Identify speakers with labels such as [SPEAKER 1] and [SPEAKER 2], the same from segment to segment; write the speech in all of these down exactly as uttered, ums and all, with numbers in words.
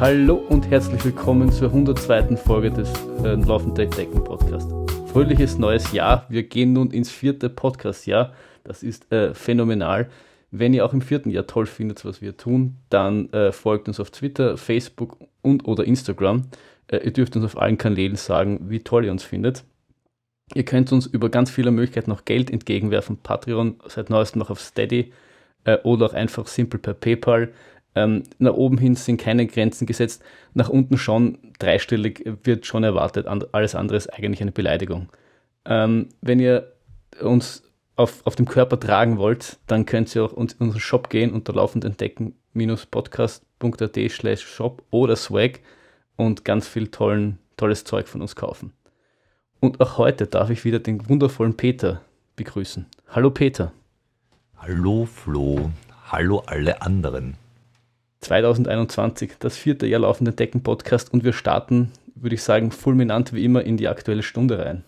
[SPEAKER 1] Hallo und herzlich willkommen zur hundertzweiten Folge des äh, Laufenden Decken Podcast. Fröhliches neues Jahr. Wir gehen nun ins vierte Podcast-Jahr. Das ist äh, phänomenal. Wenn ihr auch im vierten Jahr toll findet, was wir tun, dann äh, folgt uns auf Twitter, Facebook und oder Instagram. Äh, ihr dürft uns auf allen Kanälen sagen, wie toll ihr uns findet. Ihr könnt uns über ganz viele Möglichkeiten noch Geld entgegenwerfen. Patreon, seit neuestem noch auf Steady äh, oder auch einfach simpel per PayPal. Ähm, nach oben hin sind keine Grenzen gesetzt, nach unten schon dreistellig wird schon erwartet. And- alles andere ist eigentlich eine Beleidigung. Ähm, wenn ihr uns auf, auf dem Körper tragen wollt, dann könnt ihr auch uns, unseren Shop gehen unter laufendentdecken-podcast.at slash shop oder Swag und ganz viel tollen, tolles Zeug von uns kaufen. Und auch heute darf ich wieder den wundervollen Peter begrüßen. Hallo Peter.
[SPEAKER 2] Hallo Flo. Hallo alle anderen.
[SPEAKER 1] zwanzig einundzwanzig, das vierte Jahr laufende Decken-Podcast und wir starten, würde ich sagen, fulminant wie immer in die aktuelle Stunde rein.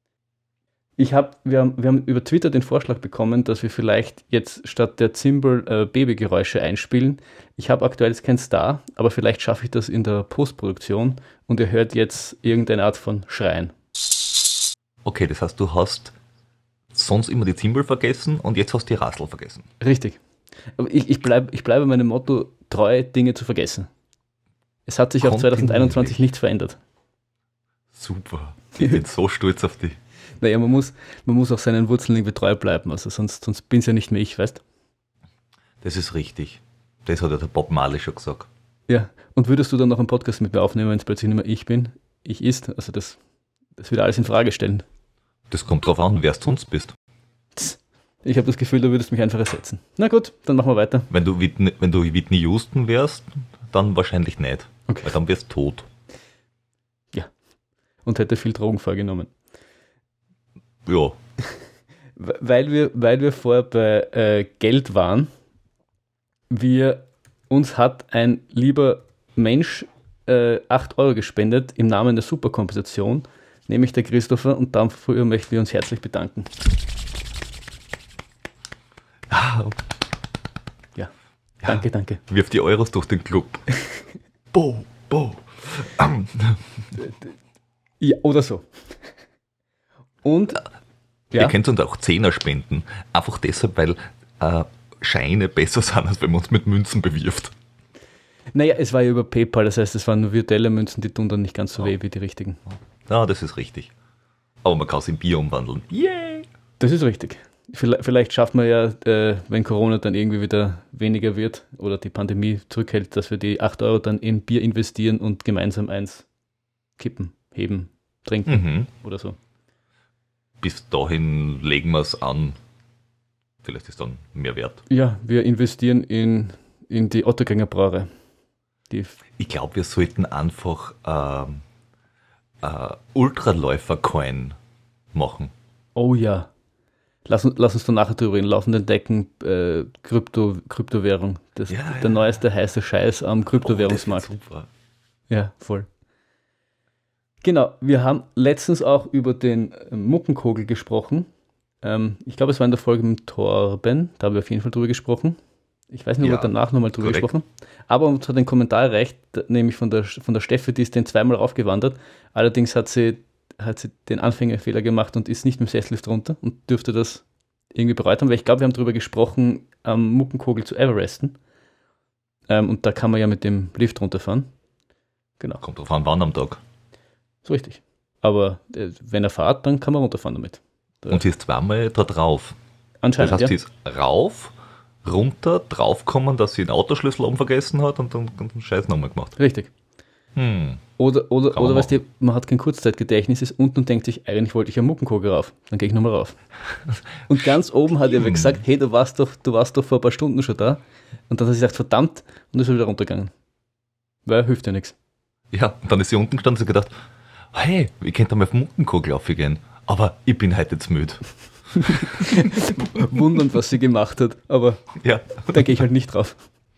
[SPEAKER 1] Ich hab, wir, haben, wir haben über Twitter den Vorschlag bekommen, dass wir vielleicht jetzt statt der Zimbel äh, Babygeräusche einspielen. Ich habe aktuell jetzt keinen Star, aber vielleicht schaffe ich das in der Postproduktion und ihr hört jetzt irgendeine Art von Schreien.
[SPEAKER 2] Okay, das heißt, du hast sonst immer die Zimbel vergessen und jetzt hast du die Rassel vergessen.
[SPEAKER 1] Richtig. Aber ich, ich, bleib, ich bleibe meinem Motto, treu Dinge zu vergessen. Es hat sich auf zwanzig einundzwanzig nichts verändert.
[SPEAKER 2] Super. Ich bin so stolz auf dich.
[SPEAKER 1] Naja, man muss, man muss auch seinen Wurzeln irgendwie treu bleiben, also sonst, sonst bin es ja nicht mehr ich, weißt du?
[SPEAKER 2] Das ist richtig. Das hat ja der Bob Marley schon gesagt.
[SPEAKER 1] Ja, und würdest du dann noch einen Podcast mit mir aufnehmen, wenn es plötzlich nicht mehr ich bin, ich ist, also das, das würde alles in Frage stellen.
[SPEAKER 2] Das kommt drauf an, wer du sonst bist.
[SPEAKER 1] Ich habe das Gefühl, du würdest mich einfach ersetzen. Na gut, dann machen wir weiter.
[SPEAKER 2] Wenn du Whitney, wenn du Whitney Houston wärst, dann wahrscheinlich nicht.
[SPEAKER 1] Okay.
[SPEAKER 2] Weil dann wärst du tot.
[SPEAKER 1] Ja, und hätte viel Drogen vorgenommen.
[SPEAKER 2] Ja.
[SPEAKER 1] Weil wir, weil wir vorher bei äh, Geld waren, wir, uns hat ein lieber Mensch äh, acht Euro gespendet im Namen der Superkompensation, nämlich der Christopher, und dafür möchten wir uns herzlich bedanken.
[SPEAKER 2] Ah,
[SPEAKER 1] Ja, danke,
[SPEAKER 2] ja.
[SPEAKER 1] danke.
[SPEAKER 2] Wirf die Euros durch den Club. Bo, bo. Um.
[SPEAKER 1] Ja, oder so. Und
[SPEAKER 2] Ihr
[SPEAKER 1] ja,
[SPEAKER 2] könnt uns auch Zehner spenden. Einfach deshalb, weil äh, Scheine besser sind, als wenn man uns mit Münzen bewirft.
[SPEAKER 1] naja, es war ja über PayPal, das heißt, es waren nur virtuelle Münzen, die tun dann nicht ganz so
[SPEAKER 2] Ja.
[SPEAKER 1] weh wie die richtigen.
[SPEAKER 2] Ja, das ist richtig. Aber man kann es in Bier umwandeln. Yay!
[SPEAKER 1] Das ist richtig. Vielleicht, vielleicht schafft man ja, äh, wenn Corona dann irgendwie wieder weniger wird oder die Pandemie zurückhält, dass wir die acht Euro dann in Bier investieren und gemeinsam eins kippen, heben, trinken
[SPEAKER 2] Mhm.
[SPEAKER 1] oder so.
[SPEAKER 2] Bis dahin legen wir es an. Vielleicht ist dann mehr wert.
[SPEAKER 1] Ja, wir investieren in, in die Ottergänger Brauerei. Die,
[SPEAKER 2] Ich glaube, wir sollten einfach ähm, äh, Ultraläufer-Coin machen.
[SPEAKER 1] oh ja. Lass, uns- lass uns dann nachher drüber reden. Laufenden Decken, äh, Krypto, Kryptowährung. Das,
[SPEAKER 2] Ja,
[SPEAKER 1] der
[SPEAKER 2] ja.
[SPEAKER 1] neueste heiße Scheiß am
[SPEAKER 2] Oh,
[SPEAKER 1] Kryptowährungsmarkt.
[SPEAKER 2] das wird super.
[SPEAKER 1] Ja, voll. Genau, wir haben letztens auch über den äh, Muckenkogel gesprochen. Ähm, ich glaube, es war in der Folge mit Torben, da haben wir auf jeden Fall drüber gesprochen. Ich weiß nicht, ob
[SPEAKER 2] Ja,
[SPEAKER 1] wir danach nochmal drüber
[SPEAKER 2] korrekt.
[SPEAKER 1] gesprochen haben. Aber uns hat ein Kommentar erreicht, d- nämlich von der, von der Steffi, die ist den zweimal raufgewandert. Allerdings hat sie, hat sie den Anfängerfehler gemacht und ist nicht mit dem Sesslift runter und dürfte das irgendwie bereut haben, weil ich glaube, wir haben darüber gesprochen, am Muckenkogel zu Everesten. Ähm, und da kann man ja mit dem Lift runterfahren. Genau.
[SPEAKER 2] Kommt drauf an, wann am Tag.
[SPEAKER 1] So richtig. Aber äh, wenn er fährt, dann kann man runterfahren damit. Da-
[SPEAKER 2] Und sie ist zweimal da drauf. Das
[SPEAKER 1] Anscheinend,
[SPEAKER 2] heißt,
[SPEAKER 1] ja.
[SPEAKER 2] sie ist rauf, runter, draufkommen, dass sie den Autoschlüssel oben vergessen hat und dann den Scheiß nochmal gemacht.
[SPEAKER 1] Richtig.
[SPEAKER 2] Hm.
[SPEAKER 1] Oder, oder,
[SPEAKER 2] Kann man
[SPEAKER 1] oder weißt du, man hat kein Kurzzeitgedächtnis, ist unten und denkt sich, eigentlich wollte ich am Muckenkogel rauf. Dann gehe ich nochmal rauf. Und ganz oben hat er aber
[SPEAKER 2] Stimmt.
[SPEAKER 1] gesagt, hey, du warst, doch, du warst doch vor ein paar Stunden schon da. Und dann hat sie gesagt, verdammt, und ist er wieder runtergegangen. Weil hilft ja nichts.
[SPEAKER 2] Ja, und dann ist sie unten gestanden und hat gedacht, hey, ich könnte mal auf den Muckenkogel aufgehen, aber ich bin heute jetzt müde.
[SPEAKER 1] Wundernd, was sie gemacht hat. Aber
[SPEAKER 2] Ja.
[SPEAKER 1] da gehe ich halt nicht drauf.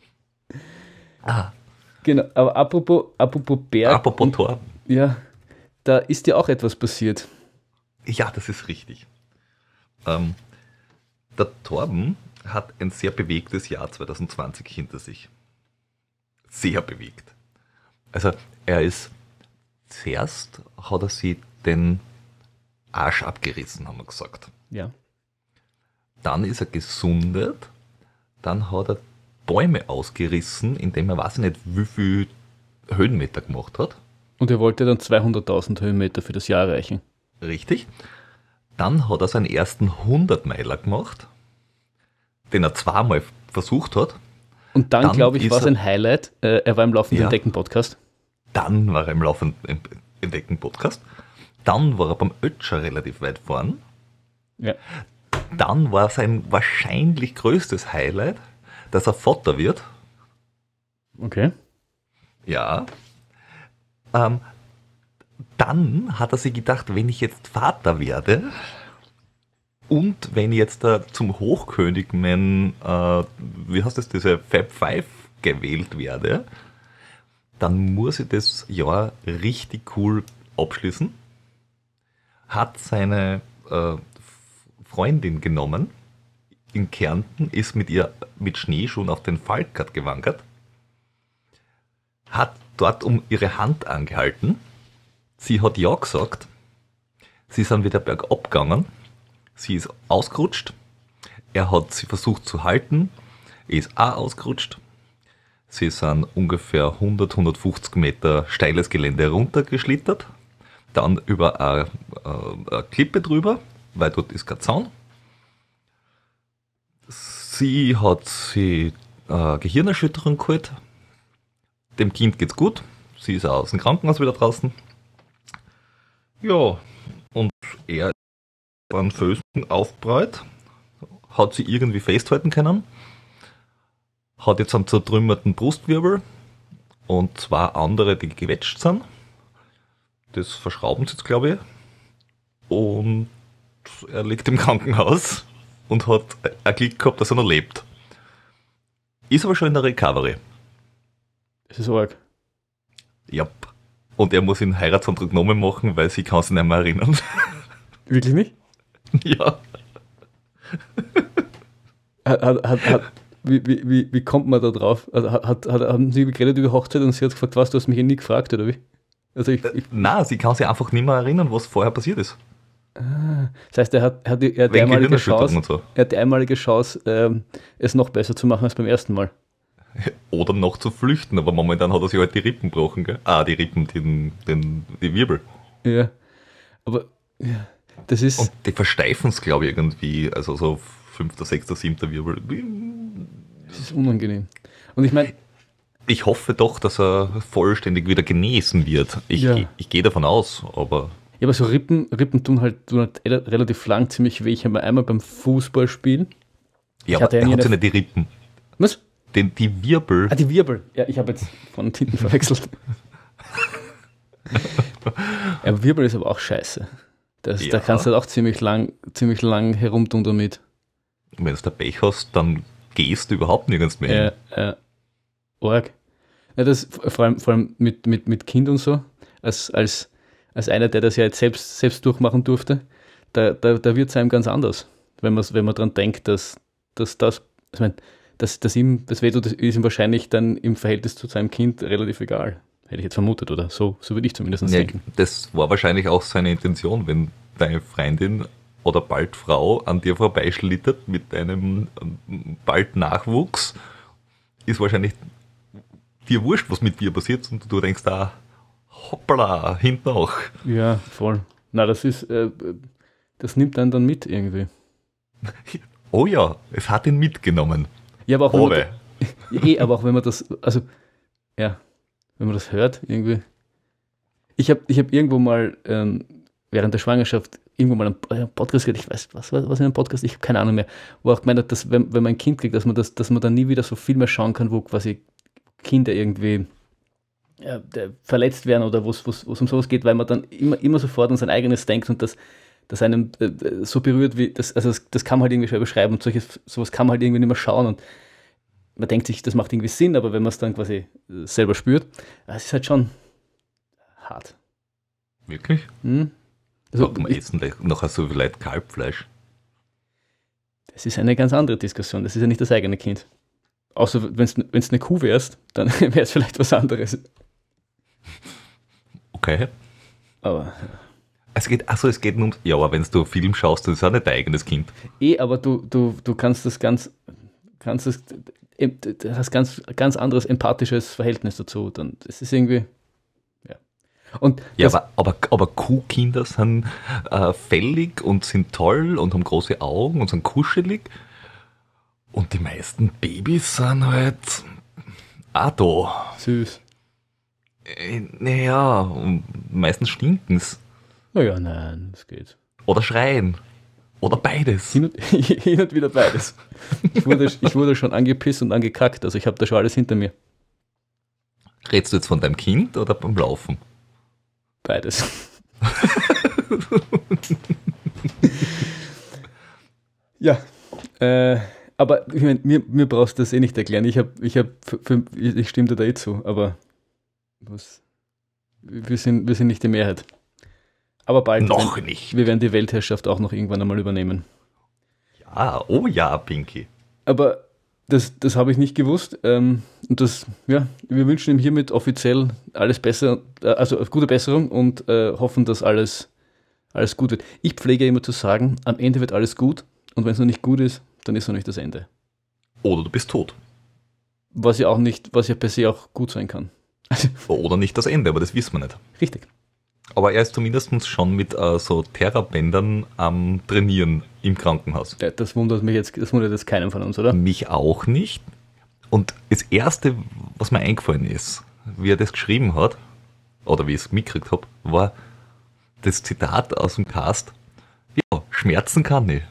[SPEAKER 2] Ah,
[SPEAKER 1] Genau, aber apropos, apropos Berg.
[SPEAKER 2] apropos Tor.
[SPEAKER 1] Ja, da ist ja auch etwas passiert.
[SPEAKER 2] Ja, das ist richtig. Ähm, der Torben hat ein sehr bewegtes Jahr zwanzig zwanzig hinter sich. Sehr bewegt. Also er ist, zuerst hat er sich den Arsch abgerissen, haben wir gesagt.
[SPEAKER 1] Ja.
[SPEAKER 2] Dann ist er gesundet, dann hat er Bäume ausgerissen, indem er weiß ich nicht, wie viel Höhenmeter gemacht hat.
[SPEAKER 1] Und er wollte dann zweihunderttausend Höhenmeter für das Jahr erreichen.
[SPEAKER 2] Richtig. Dann hat er seinen ersten hundert-Meiler gemacht, den er zweimal versucht hat.
[SPEAKER 1] Und dann,
[SPEAKER 2] Dann
[SPEAKER 1] glaube ich,
[SPEAKER 2] ist
[SPEAKER 1] war
[SPEAKER 2] er-
[SPEAKER 1] sein Highlight, äh, er war im laufenden
[SPEAKER 2] Ja.
[SPEAKER 1] Decken-Podcast.
[SPEAKER 2] Dann war er im laufenden Entdecken-Podcast. Dann war er beim Ötscher relativ weit vorn.
[SPEAKER 1] Ja.
[SPEAKER 2] Dann war sein wahrscheinlich größtes Highlight, dass er Vater wird.
[SPEAKER 1] Okay.
[SPEAKER 2] Ja. Ähm, dann hat er sich gedacht, wenn ich jetzt Vater werde und wenn ich jetzt da zum Hochkönig mein, äh, wie heißt das, diese Fab Five gewählt werde, dann muss ich das Jahr richtig cool abschließen. Hat seine äh, Freundin genommen in Kärnten, ist mit ihr mit Schneeschuhen auf den Falkert gewandert, hat dort um ihre Hand angehalten. Sie hat ja gesagt. Sie sind wieder bergab gegangen. Sie ist ausgerutscht. Er hat sie versucht zu halten. Er ist auch ausgerutscht. Sie sind ungefähr hundert, hundertfünfzig Meter steiles Gelände runtergeschlittert. Dann über eine, eine Klippe drüber, weil dort ist kein Zaun. Sie hat sie äh, Gehirnerschütterung geholt. Dem Kind geht's gut. Sie ist auch aus dem Krankenhaus wieder draußen. Ja, und er ist an Fößen aufgebreit, hat sie irgendwie festhalten können, hat jetzt einen zertrümmerten Brustwirbel und zwei andere, die gewetscht sind. Das verschrauben sie jetzt, glaube ich. Und er liegt im Krankenhaus und hat ein Glück gehabt, dass er noch lebt. Ist aber schon in der Recovery.
[SPEAKER 1] Das ist arg.
[SPEAKER 2] Ja. Und er muss den Heiratsantrag nochmal machen, weil sie kann sich nicht mehr erinnern.
[SPEAKER 1] Wirklich nicht?
[SPEAKER 2] Ja.
[SPEAKER 1] Hat, hat, hat, hat, wie, wie, wie, wie kommt man da drauf? Also hat, hat, hat, haben Sie geredet über Hochzeit und sie hat gefragt, was, du hast mich eh nie gefragt, oder wie? Also ich, ich,
[SPEAKER 2] Nein, sie kann sich einfach nicht mehr erinnern, was vorher passiert ist.
[SPEAKER 1] das heißt, er hat, er hat, die, er hat die
[SPEAKER 2] Wegen
[SPEAKER 1] einmalige
[SPEAKER 2] Gehirnerschütterung
[SPEAKER 1] Chance,
[SPEAKER 2] und so.
[SPEAKER 1] er hat die einmalige Chance ähm, es noch besser zu machen als beim ersten Mal.
[SPEAKER 2] Oder noch zu flüchten, aber momentan hat er sich halt die Rippen gebrochen, gell? Ah, die Rippen, den, den, die Wirbel.
[SPEAKER 1] Ja, aber ja, das ist...
[SPEAKER 2] Und die versteifen es, glaube ich, irgendwie, also so fünfter, sechster, siebter Wirbel.
[SPEAKER 1] Das ist unangenehm. Und ich meine,
[SPEAKER 2] Ich hoffe doch, dass er vollständig wieder genesen wird. Ich,
[SPEAKER 1] Ja.
[SPEAKER 2] ich, ich gehe davon aus, aber
[SPEAKER 1] ja, aber so Rippen, Rippen tun halt, tun halt rel- relativ lang ziemlich weh. Ich habe mir einmal beim Fußballspielen...
[SPEAKER 2] ja,
[SPEAKER 1] Ich
[SPEAKER 2] aber
[SPEAKER 1] hatte
[SPEAKER 2] er
[SPEAKER 1] ja
[SPEAKER 2] hat
[SPEAKER 1] nie
[SPEAKER 2] ja
[SPEAKER 1] eine-
[SPEAKER 2] nicht die Rippen.
[SPEAKER 1] Was?
[SPEAKER 2] Den, die Wirbel.
[SPEAKER 1] Ah, die Wirbel. Ja, ich habe jetzt von Tinten verwechselt. Ja, Wirbel ist aber auch scheiße. Das, Da
[SPEAKER 2] Ja.
[SPEAKER 1] kannst du halt auch ziemlich lang, ziemlich lang herumtun damit.
[SPEAKER 2] Wenn du da Pech hast, dann gehst du überhaupt nirgends mehr hin.
[SPEAKER 1] Ja, äh, arg. Ja, das, vor allem, vor allem mit, mit, mit Kind und so, als, als, als einer, der das ja jetzt selbst, selbst durchmachen durfte, da, da, da wird es einem ganz anders, wenn, man's, wenn man daran denkt, dass, dass das, ich meine, dass, dass ihm das wehtut, das ist ihm wahrscheinlich dann im Verhältnis zu seinem Kind relativ egal. Hätte ich jetzt vermutet, oder? So, so würde ich zumindest
[SPEAKER 2] Ja,
[SPEAKER 1] denken.
[SPEAKER 2] das war wahrscheinlich auch seine Intention, wenn deine Freundin oder bald Frau an dir vorbeischlittert mit deinem ähm, bald Nachwuchs, ist wahrscheinlich dir wurscht, was mit dir passiert und du denkst da, hoppala, hinten auch.
[SPEAKER 1] Ja, voll. Na, das ist, äh, das nimmt einen dann mit irgendwie.
[SPEAKER 2] Oh ja, es hat ihn mitgenommen.
[SPEAKER 1] Ja, aber auch wenn man,
[SPEAKER 2] Obe.
[SPEAKER 1] Ja, eh, aber auch wenn man das, also, ja, wenn man das hört, irgendwie. Ich habe ich hab irgendwo mal ähm, während der Schwangerschaft irgendwo mal einen einen Podcast gehört, ich weiß, was war was in einem Podcast, ich habe keine Ahnung mehr, wo auch gemeint hat, dass wenn, wenn man ein Kind kriegt, dass man das, dass man dann nie wieder so viel mehr schauen kann, wo quasi Kinder irgendwie ja, der- verletzt werden oder wo es um sowas geht, weil man dann immer, immer sofort an sein eigenes denkt und das, das einem äh, so berührt, wie das, also das, das kann man halt irgendwie schwer beschreiben und solches, sowas kann man halt irgendwie nicht mehr schauen und man denkt sich, das macht irgendwie Sinn, aber wenn man es dann quasi äh, selber spürt, es ist halt schon hart.
[SPEAKER 2] Wirklich?
[SPEAKER 1] Hm? Also,
[SPEAKER 2] Warum essen nachher so viel Leute Kalbfleisch?
[SPEAKER 1] das ist eine ganz andere Diskussion, das ist ja nicht das eigene Kind. Außer wenn es eine Kuh wärst, dann wäre es vielleicht was anderes.
[SPEAKER 2] Okay.
[SPEAKER 1] Aber
[SPEAKER 2] Es geht, achso, es geht nur um, ja, aber wenn du einen Film schaust, das ist auch nicht dein eigenes Kind.
[SPEAKER 1] eh, aber du, du, du kannst das ganz, kannst das, du hast ganz, ganz anderes empathisches Verhältnis dazu. Dann es ist irgendwie, ja. Und
[SPEAKER 2] Ja,
[SPEAKER 1] das,
[SPEAKER 2] aber, aber, aber Kuhkinder sind äh, fällig und sind toll und haben große Augen und sind kuschelig. Und die meisten Babys sind halt auch da.
[SPEAKER 1] süß.
[SPEAKER 2] Äh, Naja, und meistens stinken's.
[SPEAKER 1] Naja, nein, das geht.
[SPEAKER 2] Oder schreien. Oder beides.
[SPEAKER 1] Hin und, hin und wieder beides. Ich wurde, ich wurde schon angepisst und angekackt, also ich habe da schon alles hinter mir.
[SPEAKER 2] Redst du jetzt von deinem Kind oder beim Laufen?
[SPEAKER 1] Beides. Ja, äh, aber ich mein, mir, mir brauchst du das eh nicht erklären. Ich, hab, ich, hab, für, für, ich stimme dir da eh zu, aber was, wir, sind, wir sind nicht die Mehrheit. Aber bald.
[SPEAKER 2] Noch
[SPEAKER 1] wenn,
[SPEAKER 2] nicht.
[SPEAKER 1] Wir werden die Weltherrschaft auch noch irgendwann einmal übernehmen.
[SPEAKER 2] Ja, oh ja, Pinky.
[SPEAKER 1] Aber das, das habe ich nicht gewusst. Ähm, und das, ja, wir wünschen ihm hiermit offiziell alles besser, äh, also gute Besserung und äh, hoffen, dass alles, alles gut wird. Ich pflege immer zu sagen, am Ende wird alles gut und wenn es noch nicht gut ist, dann ist noch nicht das Ende.
[SPEAKER 2] Oder du bist tot.
[SPEAKER 1] Was ja auch nicht, was ja per se auch gut sein kann.
[SPEAKER 2] Oder nicht das Ende, aber das wissen wir nicht.
[SPEAKER 1] Richtig.
[SPEAKER 2] Aber er ist zumindest schon mit äh, so Therabändern am Trainieren im Krankenhaus.
[SPEAKER 1] Ja, das wundert mich jetzt, das wundert jetzt keinen von uns, oder?
[SPEAKER 2] Mich auch nicht. Und das Erste, was mir eingefallen ist, wie er das geschrieben hat, oder wie ich es mitgekriegt habe, war das Zitat aus dem Cast: Ja, schmerzen kann ich.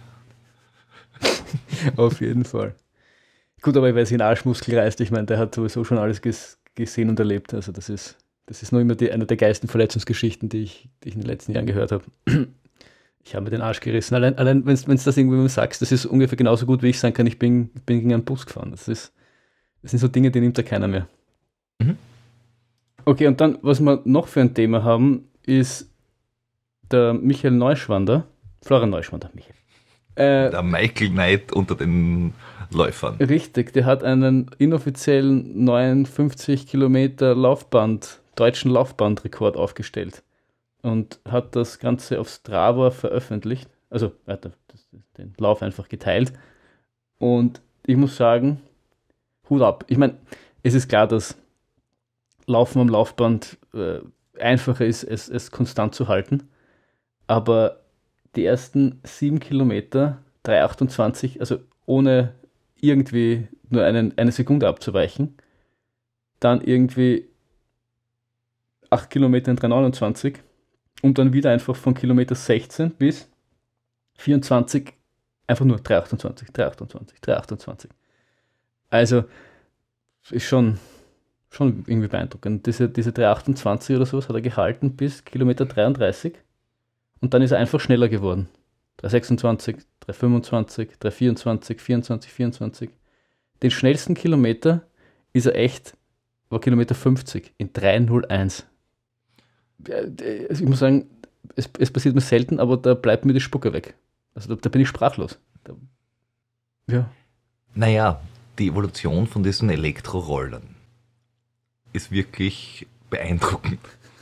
[SPEAKER 1] Auf jeden Fall. Gut, aber weil sich ein Arschmuskel reißt, ich meine, der hat sowieso schon alles ges- gesehen und erlebt. Also das ist, das ist nur immer die, eine der geilsten Verletzungsgeschichten, die ich, die ich in den letzten Jahren gehört habe. Ich habe mir den Arsch gerissen. Allein, allein wenn du das irgendwie sagst, das ist ungefähr genauso gut, wie ich sagen kann, ich bin, ich bin gegen einen Bus gefahren. Das, ist, das sind so Dinge, die nimmt ja keiner mehr.
[SPEAKER 2] Mhm.
[SPEAKER 1] Okay, und dann, was wir noch für ein Thema haben, ist der Michael Neuschwander, Florian Neuschwander, Michael. Äh,
[SPEAKER 2] Der Michael Knight unter den Läufern.
[SPEAKER 1] Richtig, der hat einen inoffiziellen neunundfünfzig Kilometer Laufband, deutschen Laufbandrekord aufgestellt und hat das Ganze auf Strava veröffentlicht. Also er hat das, den Lauf einfach geteilt. Und ich muss sagen, Hut ab. Ich meine, es ist klar, dass Laufen am Laufband äh, einfacher ist, es, es konstant zu halten. Aber die ersten sieben Kilometer, drei achtundzwanzig, also ohne irgendwie nur einen, eine Sekunde abzuweichen, dann irgendwie acht Kilometer in drei neunundzwanzig und dann wieder einfach von Kilometer sechzehn bis vierundzwanzig einfach nur drei achtundzwanzig, drei achtundzwanzig, drei achtundzwanzig. Also ist schon, schon irgendwie beeindruckend. Diese, diese drei achtundzwanzig oder sowas hat er gehalten bis Kilometer dreiunddreißig und dann ist er einfach schneller geworden. drei sechsundzwanzig, drei fünfundzwanzig, drei vierundzwanzig, vierundzwanzig, vierundzwanzig. Den schnellsten Kilometer ist er echt, war Kilometer fünfzig in drei null eins. Ich muss sagen, es, es passiert mir selten, aber da bleibt mir die Spucke weg. Also da, da bin ich sprachlos. Da, ja.
[SPEAKER 2] Naja, die Evolution von diesen Elektrorollern ist wirklich beeindruckend.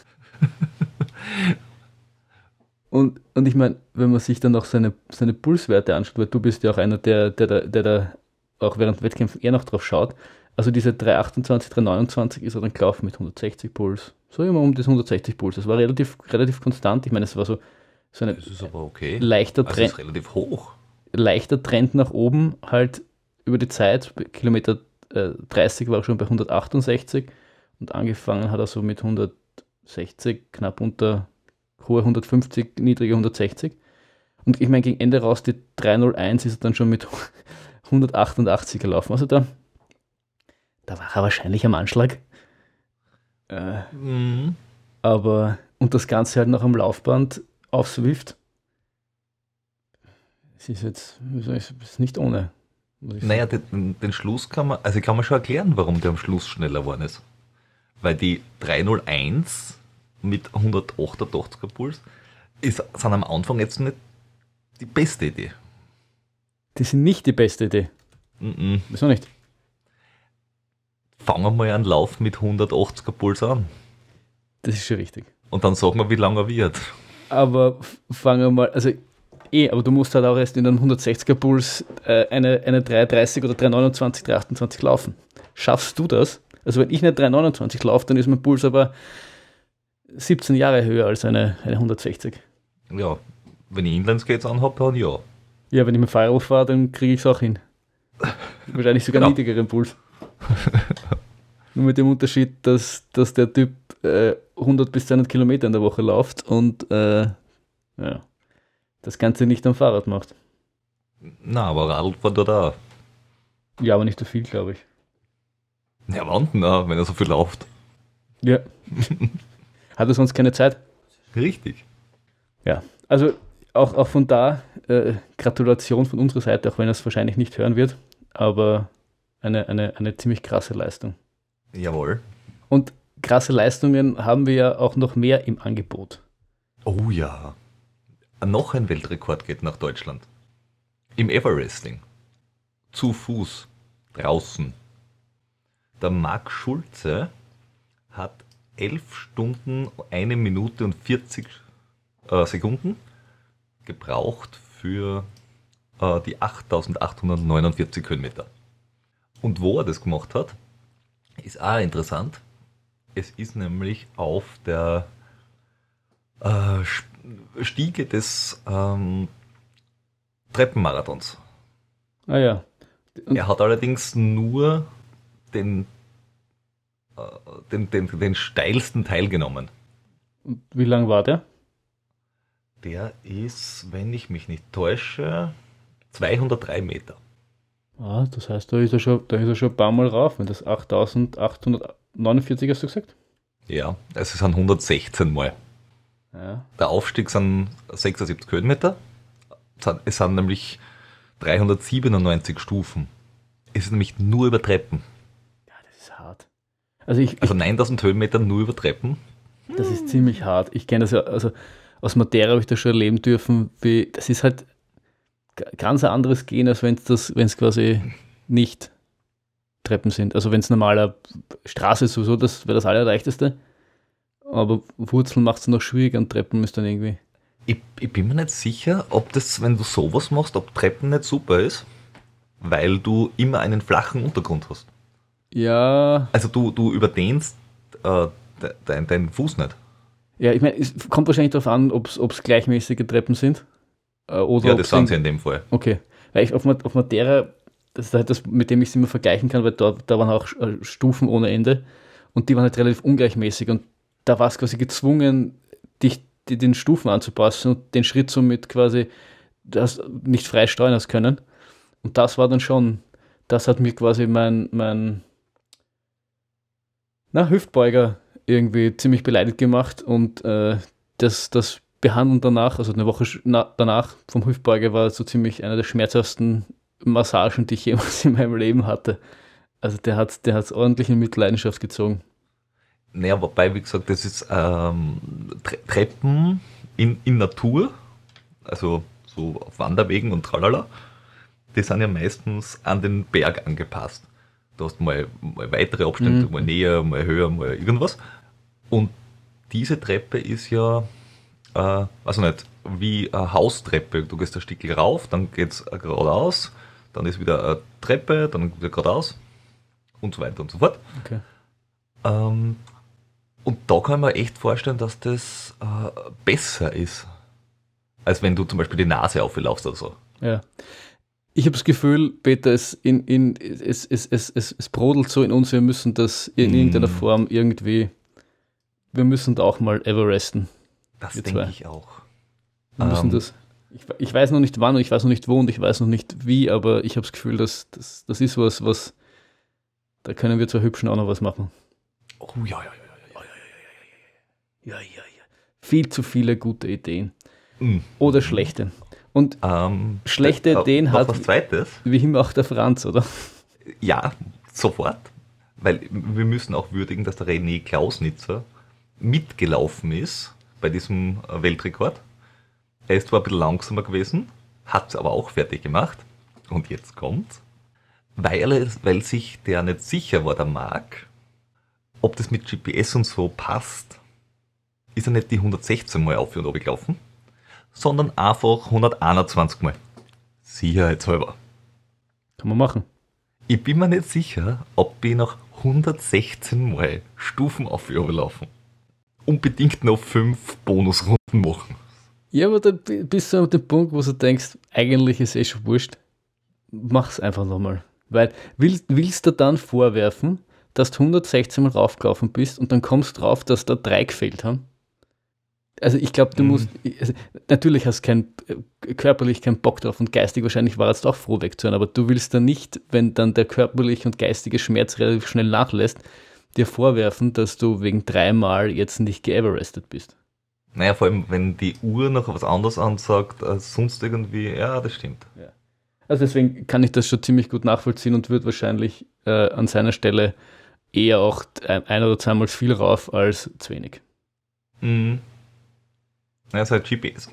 [SPEAKER 1] Und, und ich meine, wenn man sich dann auch seine, seine Pulswerte anschaut, weil du bist ja auch einer, der, der, der, der da auch während Wettkämpfen eher noch drauf schaut. Also diese drei achtundzwanzig, drei neunundzwanzig ist er dann gelaufen mit hundertsechzig Puls. So immer um das hundertsechzig Puls. Das war relativ, relativ konstant. Ich meine, es war so, so ein
[SPEAKER 2] Das ist aber okay.
[SPEAKER 1] leichter,
[SPEAKER 2] Also
[SPEAKER 1] Trend,
[SPEAKER 2] ist relativ hoch.
[SPEAKER 1] leichter Trend nach oben, halt über die Zeit. Kilometer äh, dreißig war er schon bei hundertachtundsechzig und angefangen hat er so mit hundertsechzig, knapp unter hohe hundertfünfzig, niedrige hundertsechzig. Und ich meine, gegen Ende raus, die drei null eins ist er dann schon mit hundertachtundachtzig gelaufen. Also da, da war er wahrscheinlich am Anschlag. Äh,
[SPEAKER 2] Mhm.
[SPEAKER 1] aber, und das Ganze halt noch am Laufband auf Swift. Es ist jetzt, wie soll ich, es ist nicht ohne. muss ich
[SPEAKER 2] Naja,
[SPEAKER 1] sagen.
[SPEAKER 2] den, den Schluss kann man, also kann man schon erklären, warum der am Schluss schneller geworden ist. Weil die drei null eins mit hundertachtundachtzig Puls ist, sind am Anfang jetzt nicht die beste Idee.
[SPEAKER 1] Die sind nicht die beste Idee.
[SPEAKER 2] Mhm.
[SPEAKER 1] Wieso nicht?
[SPEAKER 2] Fangen wir mal einen Lauf mit hundertachtzig Puls an.
[SPEAKER 1] Das ist schon richtig.
[SPEAKER 2] Und dann sagen wir, wie lange er wird.
[SPEAKER 1] Aber f- fangen wir mal, also eh, aber du musst halt auch erst in einem hundertsechziger Puls äh, eine, eine drei dreißig oder drei neunundzwanzig, drei achtundzwanzig laufen. Schaffst du das? Also wenn ich eine drei neunundzwanzig laufe, dann ist mein Puls aber siebzehn Jahre höher als eine, eine hundertsechzig.
[SPEAKER 2] Ja, wenn ich Inlineskates anhabe, dann ja.
[SPEAKER 1] Ja, wenn ich mit dem Fahrrad fahre, dann kriege ich es auch hin. Wahrscheinlich sogar
[SPEAKER 2] Genau.
[SPEAKER 1] niedrigeren Puls. Nur mit dem Unterschied, dass, dass der Typ äh, hundert bis zweihundert Kilometer in der Woche läuft und äh, ja, das Ganze nicht am Fahrrad macht.
[SPEAKER 2] Na, aber Radfahren tut er auch.
[SPEAKER 1] Ja, aber nicht so viel, glaube ich.
[SPEAKER 2] Ja, wann denn auch, wenn er so viel läuft?
[SPEAKER 1] Ja. Hat er sonst keine Zeit?
[SPEAKER 2] Richtig.
[SPEAKER 1] Ja, also auch, auch von da äh, Gratulation von unserer Seite, auch wenn er es wahrscheinlich nicht hören wird, aber eine, eine, eine ziemlich krasse Leistung.
[SPEAKER 2] Jawohl.
[SPEAKER 1] Und krasse Leistungen haben wir ja auch noch mehr im Angebot.
[SPEAKER 2] Oh ja. Noch ein Weltrekord geht nach Deutschland. Im Everesting. Zu Fuß. Draußen. Der Marc Schulze hat elf Stunden, eine Minute und vierzig äh, Sekunden gebraucht für äh, die achttausendachthundertneunundvierzig Höhenmeter. Und wo er das gemacht hat, ist auch interessant. Es ist nämlich auf der äh, Stiege des ähm, Treppenmarathons.
[SPEAKER 1] Ah ja. Und
[SPEAKER 2] Er hat allerdings nur den, äh, den, den, den steilsten Teil genommen.
[SPEAKER 1] und wie lang war der?
[SPEAKER 2] Der ist, wenn ich mich nicht täusche, zweihundertdrei Meter.
[SPEAKER 1] Ah, das heißt, da ist er schon, da ist er schon ein paar Mal rauf, wenn das achttausendachthundertneunundvierzig hast du gesagt?
[SPEAKER 2] Ja, es sind hundertsechzehn Mal.
[SPEAKER 1] Ja.
[SPEAKER 2] Der Aufstieg sind sechsundsiebzig Höhenmeter. Es sind- Es sind nämlich dreihundertsiebenundneunzig Stufen. Es ist nämlich nur über Treppen.
[SPEAKER 1] Ja, das ist hart. Also ich,
[SPEAKER 2] Also neuntausend Höhenmeter nur über Treppen.
[SPEAKER 1] ich das ist ziemlich hart. Ich kenne das ja, also aus Madeira habe ich das schon erleben dürfen, wie, das ist halt g- ganz ein anderes Gehen, als wenn es das, wenn es quasi nicht Treppen sind. Also wenn es normaler Straße ist, sowieso, das wäre das Allerleichteste. Aber Wurzeln macht es noch schwieriger und Treppen ist dann irgendwie.
[SPEAKER 2] Ich, ich bin mir nicht sicher, ob das, wenn du sowas machst, ob Treppen nicht super ist, weil du immer einen flachen Untergrund hast.
[SPEAKER 1] Ja,
[SPEAKER 2] Also du, du überdehnst äh, de, dein, deinen Fuß nicht.
[SPEAKER 1] ja, ich meine, es kommt wahrscheinlich darauf an, ob es gleichmäßige Treppen sind. Äh, oder
[SPEAKER 2] Ja,
[SPEAKER 1] ob
[SPEAKER 2] das
[SPEAKER 1] sie-
[SPEAKER 2] sind sie in dem Fall.
[SPEAKER 1] Okay, weil ich auf, Ma- auf Madeira, das ist halt das, mit dem ich es immer vergleichen kann, weil da, da waren auch äh, Stufen ohne Ende und die waren halt relativ ungleichmäßig und da war es quasi gezwungen, dich die, den Stufen anzupassen und den Schritt somit quasi das nicht frei steuern hast können. Und das war dann schon, das hat mir quasi mein, mein na, Hüftbeuger irgendwie ziemlich beleidigt gemacht und äh, das, das Behandeln danach, also eine Woche sch- na, danach vom Hüftbeuger war so ziemlich eine der schmerzhaftesten Massagen, die ich jemals in meinem Leben hatte. Also der hat der hat's ordentlich in Mitleidenschaft gezogen.
[SPEAKER 2] Naja, wobei, wie gesagt, das ist ähm, Tre Treppen in, in Natur, also so auf Wanderwegen und tralala, die sind ja meistens an den Berg angepasst. Du hast mal, mal weitere Abstände,
[SPEAKER 1] Mhm.
[SPEAKER 2] mal näher, mal höher, mal irgendwas. Und diese Treppe ist ja, äh, also nicht, wie eine Haustreppe. Du gehst ein Stück rauf, dann geht es geradeaus, dann ist wieder eine Treppe, dann wieder geradeaus und so weiter und so fort.
[SPEAKER 1] Okay.
[SPEAKER 2] Ähm, und da kann ich mir echt vorstellen, dass das äh, besser ist, als wenn du zum Beispiel die Nase auflaufst oder so.
[SPEAKER 1] Ja. Ich habe das Gefühl, Peter, es, in, in, es, es, es, es, es brodelt so in uns, wir müssen das in
[SPEAKER 2] Mm.
[SPEAKER 1] irgendeiner Form irgendwie, wir müssen da auch mal Everesten.
[SPEAKER 2] Das
[SPEAKER 1] Wir
[SPEAKER 2] denke
[SPEAKER 1] zwei.
[SPEAKER 2] ich auch.
[SPEAKER 1] Wir müssen
[SPEAKER 2] Ähm.
[SPEAKER 1] das. Ich, ich weiß noch nicht wann und ich weiß noch nicht wo und ich weiß noch nicht wie, aber ich habe das Gefühl, dass das, das ist was, was, da können wir zwar hübschen auch noch was machen.
[SPEAKER 2] Oh ja, ja, ja.
[SPEAKER 1] Ja, ja, ja. Viel zu viele gute Ideen.
[SPEAKER 2] Mm.
[SPEAKER 1] Oder schlechte. Und
[SPEAKER 2] Ähm,
[SPEAKER 1] Schlechte
[SPEAKER 2] äh,
[SPEAKER 1] Ideen
[SPEAKER 2] noch
[SPEAKER 1] hat-
[SPEAKER 2] was Zweites.
[SPEAKER 1] wie immer auch der Franz, oder?
[SPEAKER 2] Ja, sofort. Weil wir müssen auch würdigen, dass der René Klausnitzer mitgelaufen ist bei diesem äh, Weltrekord. Er ist zwar ein bisschen langsamer gewesen, hat es aber auch fertig gemacht. Und jetzt kommt, weil, er, weil sich der nicht sicher war, der Marc, ob das mit G P S und so passt, ist er nicht die hundertsechzehn Mal auf und runter gelaufen, sondern einfach hunderteinundzwanzig Mal. Sicherheitshalber.
[SPEAKER 1] Kann man machen.
[SPEAKER 2] Ich bin mir nicht sicher, ob ich nach hundertsechzehn Mal Stufen auf und runter laufen unbedingt noch fünf Bonusrunden machen.
[SPEAKER 1] Ja, aber dann bist du an dem Punkt, wo du denkst, eigentlich ist eh schon wurscht. Mach's einfach nochmal. Weil willst, willst du dann vorwerfen, dass du hundertsechzehn Mal raufgelaufen bist und dann kommst du drauf, dass da drei gefehlt haben? Also ich glaube, du mhm. musst, also natürlich hast du kein, körperlich keinen Bock drauf und geistig wahrscheinlich war jetzt auch froh wegzuhören, aber du willst dann nicht, wenn dann der körperliche und geistige Schmerz relativ schnell nachlässt, dir vorwerfen, dass du wegen dreimal jetzt nicht geeverestet bist.
[SPEAKER 2] Naja, vor allem, wenn die Uhr noch was anderes ansagt als sonst irgendwie, ja, das stimmt.
[SPEAKER 1] Ja. Also deswegen kann ich das schon ziemlich gut nachvollziehen und würde wahrscheinlich äh, an seiner Stelle eher auch ein, ein oder zweimal viel rauf als zu wenig.
[SPEAKER 2] Mhm. Ja, sein G P S.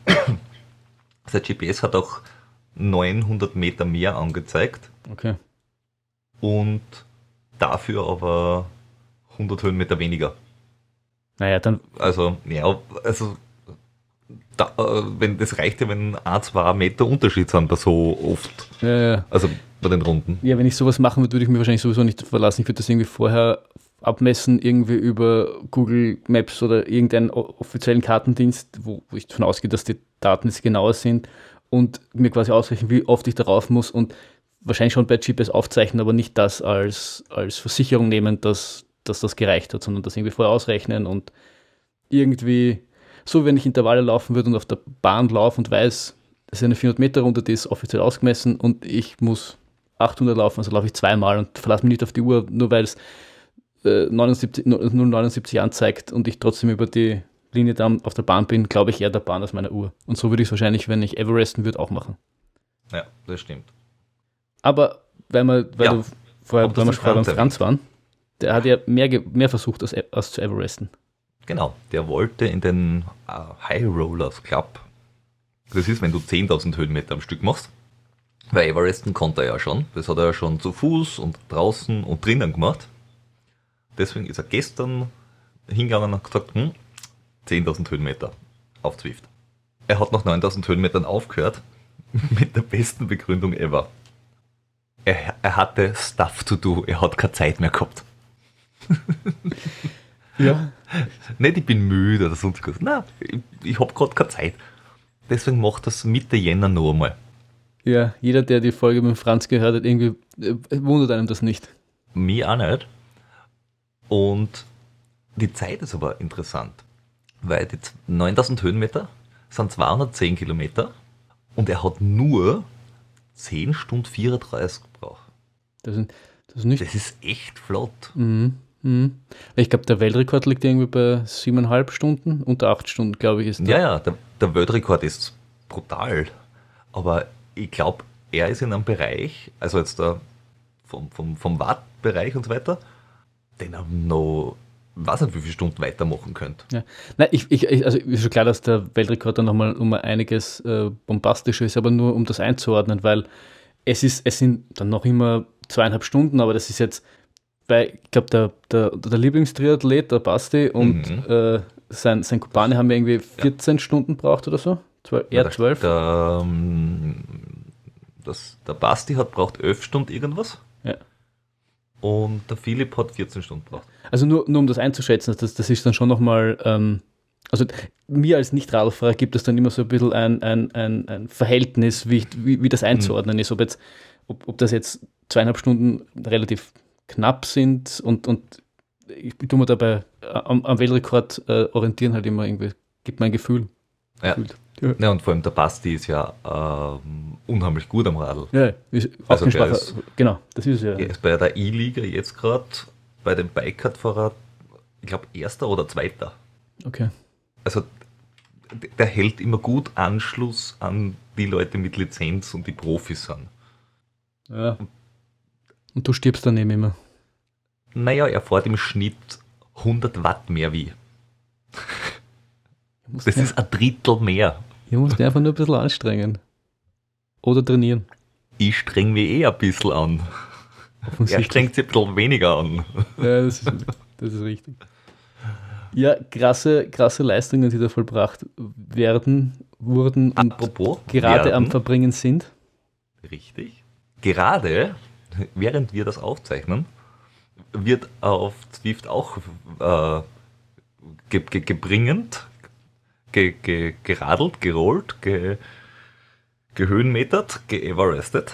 [SPEAKER 2] Sein G P S hat auch neunhundert Meter mehr angezeigt.
[SPEAKER 1] Okay.
[SPEAKER 2] Und dafür aber hundert Höhenmeter weniger.
[SPEAKER 1] Naja, dann.
[SPEAKER 2] Also, ja, also, da, wenn, das reicht ja, wenn ein, zwei Meter Unterschied sind, da so oft.
[SPEAKER 1] Ja, ja.
[SPEAKER 2] Also bei den Runden.
[SPEAKER 1] Ja, wenn ich sowas machen würde, würde ich mir wahrscheinlich sowieso nicht verlassen. Ich würde das irgendwie vorher abmessen, irgendwie über Google Maps oder irgendeinen offiziellen Kartendienst, wo, wo ich davon ausgehe, dass die Daten jetzt genauer sind und mir quasi ausrechnen, wie oft ich darauf muss und wahrscheinlich schon bei G P S aufzeichnen, aber nicht das als, als Versicherung nehmen, dass, dass das gereicht hat, sondern das irgendwie vorher ausrechnen und irgendwie, so wenn ich Intervalle laufen würde und auf der Bahn laufe und weiß, das ist eine vierhundert Meter Runde, die ist offiziell ausgemessen und ich muss achthundert laufen, also laufe ich zweimal und verlasse mich nicht auf die Uhr, nur weil es äh, null Komma neunundsiebzig anzeigt und ich trotzdem über die Linie dann auf der Bahn bin, glaube ich eher der Bahn als meiner Uhr. Und so würde ich es wahrscheinlich, wenn ich Everesten würde, auch machen.
[SPEAKER 2] Ja, das stimmt.
[SPEAKER 1] Aber weil, wir, weil
[SPEAKER 2] ja,
[SPEAKER 1] du vorher, weil wir vorher beim Franz waren, der hat ja mehr, mehr versucht als, als zu Everesten.
[SPEAKER 2] Genau, der wollte in den uh, High Rollers Club. Das ist, wenn du zehntausend Höhenmeter am Stück machst. Weil Everesten konnte er ja schon. Das hat er ja schon zu Fuß und draußen und drinnen gemacht. Deswegen ist er gestern hingegangen und gesagt, hm, zehntausend Höhenmeter auf Zwift. Er hat nach neuntausend Höhenmetern aufgehört mit der besten Begründung ever. Er, er hatte Stuff to do, er hat keine Zeit mehr gehabt.
[SPEAKER 1] Ja.
[SPEAKER 2] Nicht, ich bin müde oder sonst was. Nein, ich, ich habe gerade keine Zeit. Deswegen macht das Mitte Jänner noch einmal.
[SPEAKER 1] Ja, jeder, der die Folge mit Franz gehört hat, irgendwie äh, wundert einem das nicht.
[SPEAKER 2] Mich auch nicht. Und die Zeit ist aber interessant, weil die neuntausend Höhenmeter sind zweihundertzehn Kilometer und er hat nur zehn Stunden vierunddreißig gebraucht.
[SPEAKER 1] Das, sind, das, ist, nicht
[SPEAKER 2] das ist echt flott.
[SPEAKER 1] Mhm. Mhm. Ich glaube, der Weltrekord liegt irgendwie bei siebeneinhalb Stunden, unter acht Stunden, glaube ich, ist der.
[SPEAKER 2] Ja, ja, der, der Weltrekord ist brutal. Aber ich glaube, er ist in einem Bereich, also jetzt da vom, vom, vom Wattbereich und so weiter, den er noch, weiß nicht, wie viele Stunden weitermachen könnte.
[SPEAKER 1] Ja. Nein, ich, ich, also ist schon klar, dass der Weltrekord dann nochmal um einiges äh, bombastischer ist, aber nur um das einzuordnen, weil es ist, es sind dann noch immer zweieinhalb Stunden, aber das ist jetzt, weil ich glaube, der, der, der Lieblingstriathlet, der Basti und mhm. äh, sein, sein Kumpane haben ja irgendwie vierzehn ja. Stunden braucht oder so. zwölf, eher
[SPEAKER 2] ja,
[SPEAKER 1] zwölf.
[SPEAKER 2] Der, das, der Basti hat braucht elf Stunden irgendwas.
[SPEAKER 1] Ja.
[SPEAKER 2] Und der Philipp hat vierzehn Stunden braucht.
[SPEAKER 1] Also nur, nur um das einzuschätzen, das, das ist dann schon nochmal, ähm, also mir als Nicht-Radlfahrer gibt es dann immer so ein bisschen ein, ein, ein, ein Verhältnis, wie, wie, wie das einzuordnen mhm. ist, ob, jetzt, ob, ob das jetzt zweieinhalb Stunden relativ knapp sind und, und ich tue mir dabei am, am Weltrekord äh, orientieren halt immer irgendwie, gibt mir ein Gefühl.
[SPEAKER 2] Ja. Ja. ja, und vor allem der Basti ist ja ähm, unheimlich gut am Radl.
[SPEAKER 1] Ja, ist
[SPEAKER 2] also der ist,
[SPEAKER 1] genau, das ist ja.
[SPEAKER 2] Er ist bei der E-Liga jetzt gerade bei dem Bike-Fahrer, ich glaube, erster oder zweiter.
[SPEAKER 1] Okay.
[SPEAKER 2] Also der hält immer gut Anschluss an die Leute mit Lizenz und die Profis sind.
[SPEAKER 1] Ja. Und du stirbst daneben immer.
[SPEAKER 2] Naja, er fährt im Schnitt hundert Watt mehr wie. Das ist ein Drittel mehr.
[SPEAKER 1] Ich muss dich einfach nur ein bisschen anstrengen. Oder trainieren.
[SPEAKER 2] Ich streng mich eh ein bisschen an. Er strengt sich ein bisschen weniger an.
[SPEAKER 1] Ja, das ist, das ist richtig. Ja, krasse, krasse Leistungen, die da vollbracht werden, wurden und
[SPEAKER 2] Apropos
[SPEAKER 1] gerade
[SPEAKER 2] werden.
[SPEAKER 1] am Verbringen sind.
[SPEAKER 2] Richtig. Gerade, während wir das aufzeichnen, wird auf Zwift auch äh, ge ge gebringend, ge ge geradelt, gerollt, ge gehöhenmetert, geeverestet.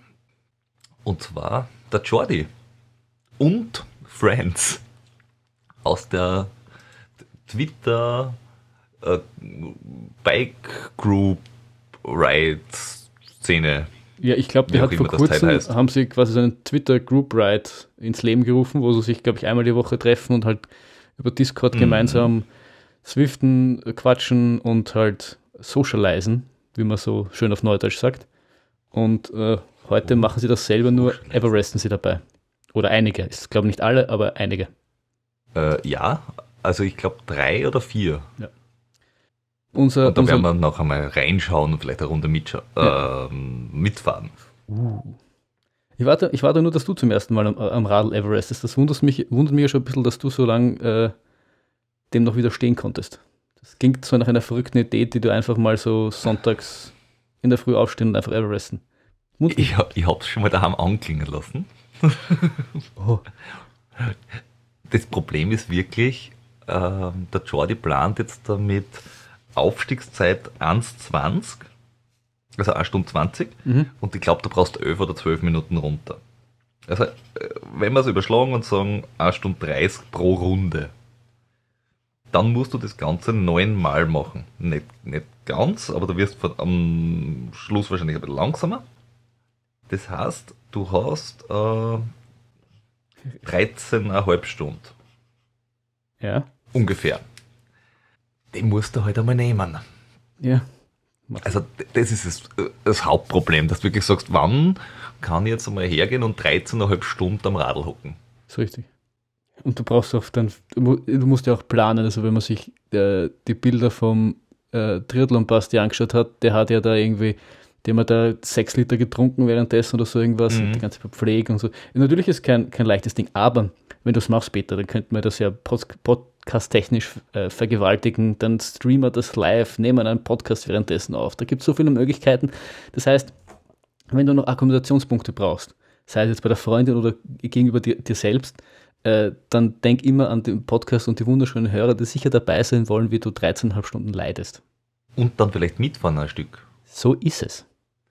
[SPEAKER 2] Und zwar der Jordi und Friends aus der Twitter äh, Bike Group Ride Szene.
[SPEAKER 1] Ja, ich glaube, die
[SPEAKER 2] Wie auch
[SPEAKER 1] hat vor
[SPEAKER 2] immer das Teil
[SPEAKER 1] kurzem,
[SPEAKER 2] heißt.
[SPEAKER 1] haben sie quasi so einen Twitter-Group-Ride ins Leben gerufen, wo sie sich, glaube ich, einmal die Woche treffen und halt über Discord
[SPEAKER 2] Mhm.
[SPEAKER 1] gemeinsam swiften, quatschen und halt socialisen, wie man so schön auf Neudeutsch sagt. Und äh, heute machen sie das selber, nur
[SPEAKER 2] Socialisen.
[SPEAKER 1] Everesten sie dabei. Oder einige. Ich glaube nicht alle, aber einige.
[SPEAKER 2] Äh, ja, also ich glaube drei oder vier.
[SPEAKER 1] Unser,
[SPEAKER 2] Und da
[SPEAKER 1] unser,
[SPEAKER 2] werden wir noch einmal reinschauen und vielleicht eine Runde mitscha-
[SPEAKER 1] Ja.
[SPEAKER 2] ähm, mitfahren.
[SPEAKER 1] Uh. Ich warte, ich warte nur, dass du zum ersten Mal am, am Radl Everest. Das wundert mich, wundert mich ja schon ein bisschen, dass du so lange äh, dem noch widerstehen konntest. Das klingt so nach einer verrückten Idee, die du einfach mal so sonntags in der Früh aufstehen und einfach Everesten. Und,
[SPEAKER 2] Ich, hab- ich habe es schon mal daheim anklingen lassen.
[SPEAKER 1] oh,
[SPEAKER 2] Das Problem ist wirklich, ähm, der Jordi plant jetzt damit Aufstiegszeit eins zwanzig, also eine Stunde zwanzig,
[SPEAKER 1] mhm.
[SPEAKER 2] und ich glaube, du brauchst elf oder zwölf Minuten runter. Also, äh, wenn wir es überschlagen und sagen, eine Stunde dreißig pro Runde, dann musst du das Ganze neunmal machen. Nicht, nicht ganz, aber du wirst von- am Schluss wahrscheinlich ein bisschen langsamer. Das heißt, du hast äh, dreizehn Komma fünf Stunden.
[SPEAKER 1] Ja,
[SPEAKER 2] Ungefähr. Den musst du halt einmal nehmen.
[SPEAKER 1] ja.
[SPEAKER 2] Also d- das ist das, das Hauptproblem, dass du wirklich sagst, wann kann ich jetzt einmal hergehen und dreizehn Komma fünf Stunden am Radl hocken.
[SPEAKER 1] So richtig. Und du brauchst auch dann, du mu- du musst ja auch planen, also wenn man sich äh, die Bilder vom äh, Triathlon-Basti angeschaut hat, der hat ja da irgendwie, der hat da sechs Liter getrunken währenddessen oder so irgendwas,
[SPEAKER 2] Mhm.
[SPEAKER 1] und die ganze Verpflegung und so. Natürlich ist kein, kein leichtes Ding, aber wenn du es machst später, dann könnten wir das ja pod- podcast-technisch äh, vergewaltigen, dann streamen wir das live, nehmen einen Podcast währenddessen auf. Da gibt es so viele Möglichkeiten. Das heißt, wenn du noch Akkumulationspunkte brauchst, sei es jetzt bei der Freundin oder gegenüber dir, dir selbst, äh, dann denk immer an den Podcast und die wunderschönen Hörer, die sicher dabei sein wollen, wie du dreizehn Komma fünf Stunden leidest.
[SPEAKER 2] Und dann vielleicht mitfahren ein Stück.
[SPEAKER 1] So ist es.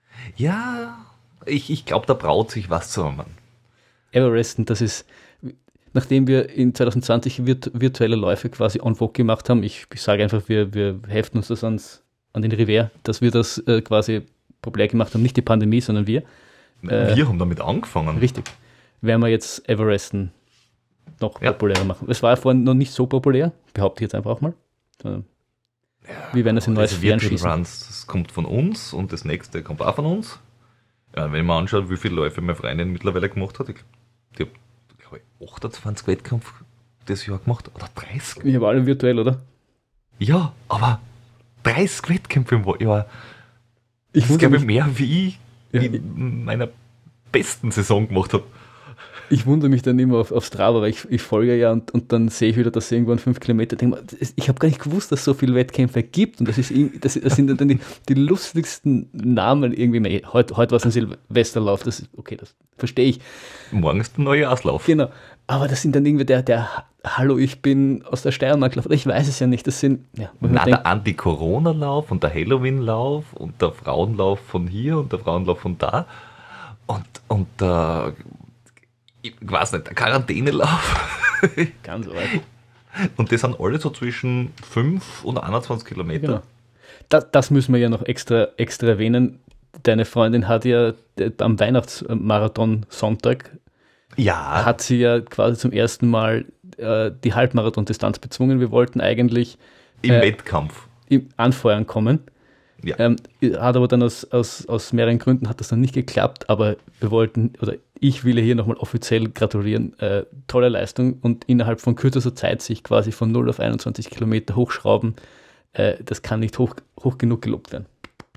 [SPEAKER 2] Ja, ich, ich glaube, da braut sich was zusammen.
[SPEAKER 1] Everesten, das ist, nachdem wir in zwanzig zwanzig virt, virtuelle Läufe quasi en vogue gemacht haben, ich, ich sage einfach, wir, wir heften uns das ans, an den Revers, dass wir das äh, quasi populär gemacht haben, nicht die Pandemie, sondern wir. Äh,
[SPEAKER 2] Wir haben damit angefangen.
[SPEAKER 1] Richtig. Werden wir jetzt Everesten noch
[SPEAKER 2] Ja.
[SPEAKER 1] populärer machen. Es war vorhin noch nicht so populär, behaupte ich jetzt einfach auch mal. Sondern wir werden das in neues
[SPEAKER 2] Also
[SPEAKER 1] Fern
[SPEAKER 2] Virtual
[SPEAKER 1] schießen.
[SPEAKER 2] Runs, das kommt von uns und das nächste kommt auch von uns. Ja, wenn man anschaut, wie viele Läufe meine Freundin mittlerweile gemacht hat, ich glaube, die hat glaub ich, achtundzwanzig Wettkämpfe das Jahr gemacht oder dreißig.
[SPEAKER 1] Ich habe alle virtuell, oder?
[SPEAKER 2] Ja, aber dreißig Wettkämpfe im Jahr.
[SPEAKER 1] Ich
[SPEAKER 2] Das ist,
[SPEAKER 1] wundere
[SPEAKER 2] glaube ich,
[SPEAKER 1] mich,
[SPEAKER 2] mehr wie ich
[SPEAKER 1] Ja,
[SPEAKER 2] in meiner besten Saison gemacht habe.
[SPEAKER 1] ich wundere mich dann immer auf, auf Strava, weil ich, ich folge ja und, und dann sehe ich wieder, dass irgendwann fünf Kilometer, denke mir, das- ich habe gar nicht gewusst, dass es so viele Wettkämpfe gibt, und das, ist, irgendwie- das, das sind dann die, die lustigsten Namen irgendwie mehr. Heute, heute war es ein Silvesterlauf, das ist, okay, das verstehe ich.
[SPEAKER 2] Morgen ist der neue Auslauf.
[SPEAKER 1] Genau. Aber das sind dann irgendwie der, der Hallo, ich bin aus der Steiermark, oder ich weiß es ja nicht, das sind, ja, wo ich mir
[SPEAKER 2] Na,
[SPEAKER 1] denke,
[SPEAKER 2] der Anti-Corona-Lauf und der Halloween-Lauf und der Frauenlauf von hier und der Frauenlauf von da und, und der, ich weiß nicht, der Quarantänelauf.
[SPEAKER 1] ganz arg.
[SPEAKER 2] Und die sind alle so zwischen fünf und einundzwanzig Kilometer.
[SPEAKER 1] Genau. Das, das müssen wir ja noch extra, extra erwähnen. Deine Freundin hat ja äh, am Weihnachtsmarathon Sonntag,
[SPEAKER 2] Ja,
[SPEAKER 1] hat sie ja quasi zum ersten Mal äh, die Halbmarathon-Distanz bezwungen. Wir wollten eigentlich
[SPEAKER 2] im
[SPEAKER 1] äh,
[SPEAKER 2] Wettkampf.
[SPEAKER 1] im Anfeuern kommen.
[SPEAKER 2] Ja.
[SPEAKER 1] Ähm, hat aber dann aus, aus, aus mehreren Gründen hat das dann nicht geklappt, aber wir wollten, oder ich will hier nochmal offiziell gratulieren, äh, tolle Leistung, und innerhalb von kürzester Zeit sich quasi von null auf einundzwanzig Kilometer hochschrauben, äh, das kann nicht hoch, hoch genug gelobt werden.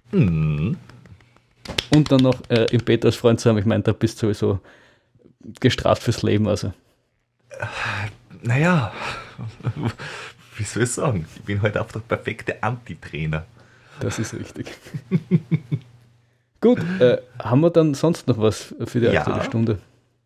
[SPEAKER 2] Hm.
[SPEAKER 1] Und dann noch äh, im Bett als Freund zu haben, ich meine, da bist du sowieso gestraft fürs Leben, also.
[SPEAKER 2] Naja, wie soll ich sagen, ich bin halt einfach der perfekte Anti-Trainer.
[SPEAKER 1] Das ist richtig. Gut, äh, haben wir dann sonst noch was für die
[SPEAKER 2] Ja.
[SPEAKER 1] aktuelle Stunde?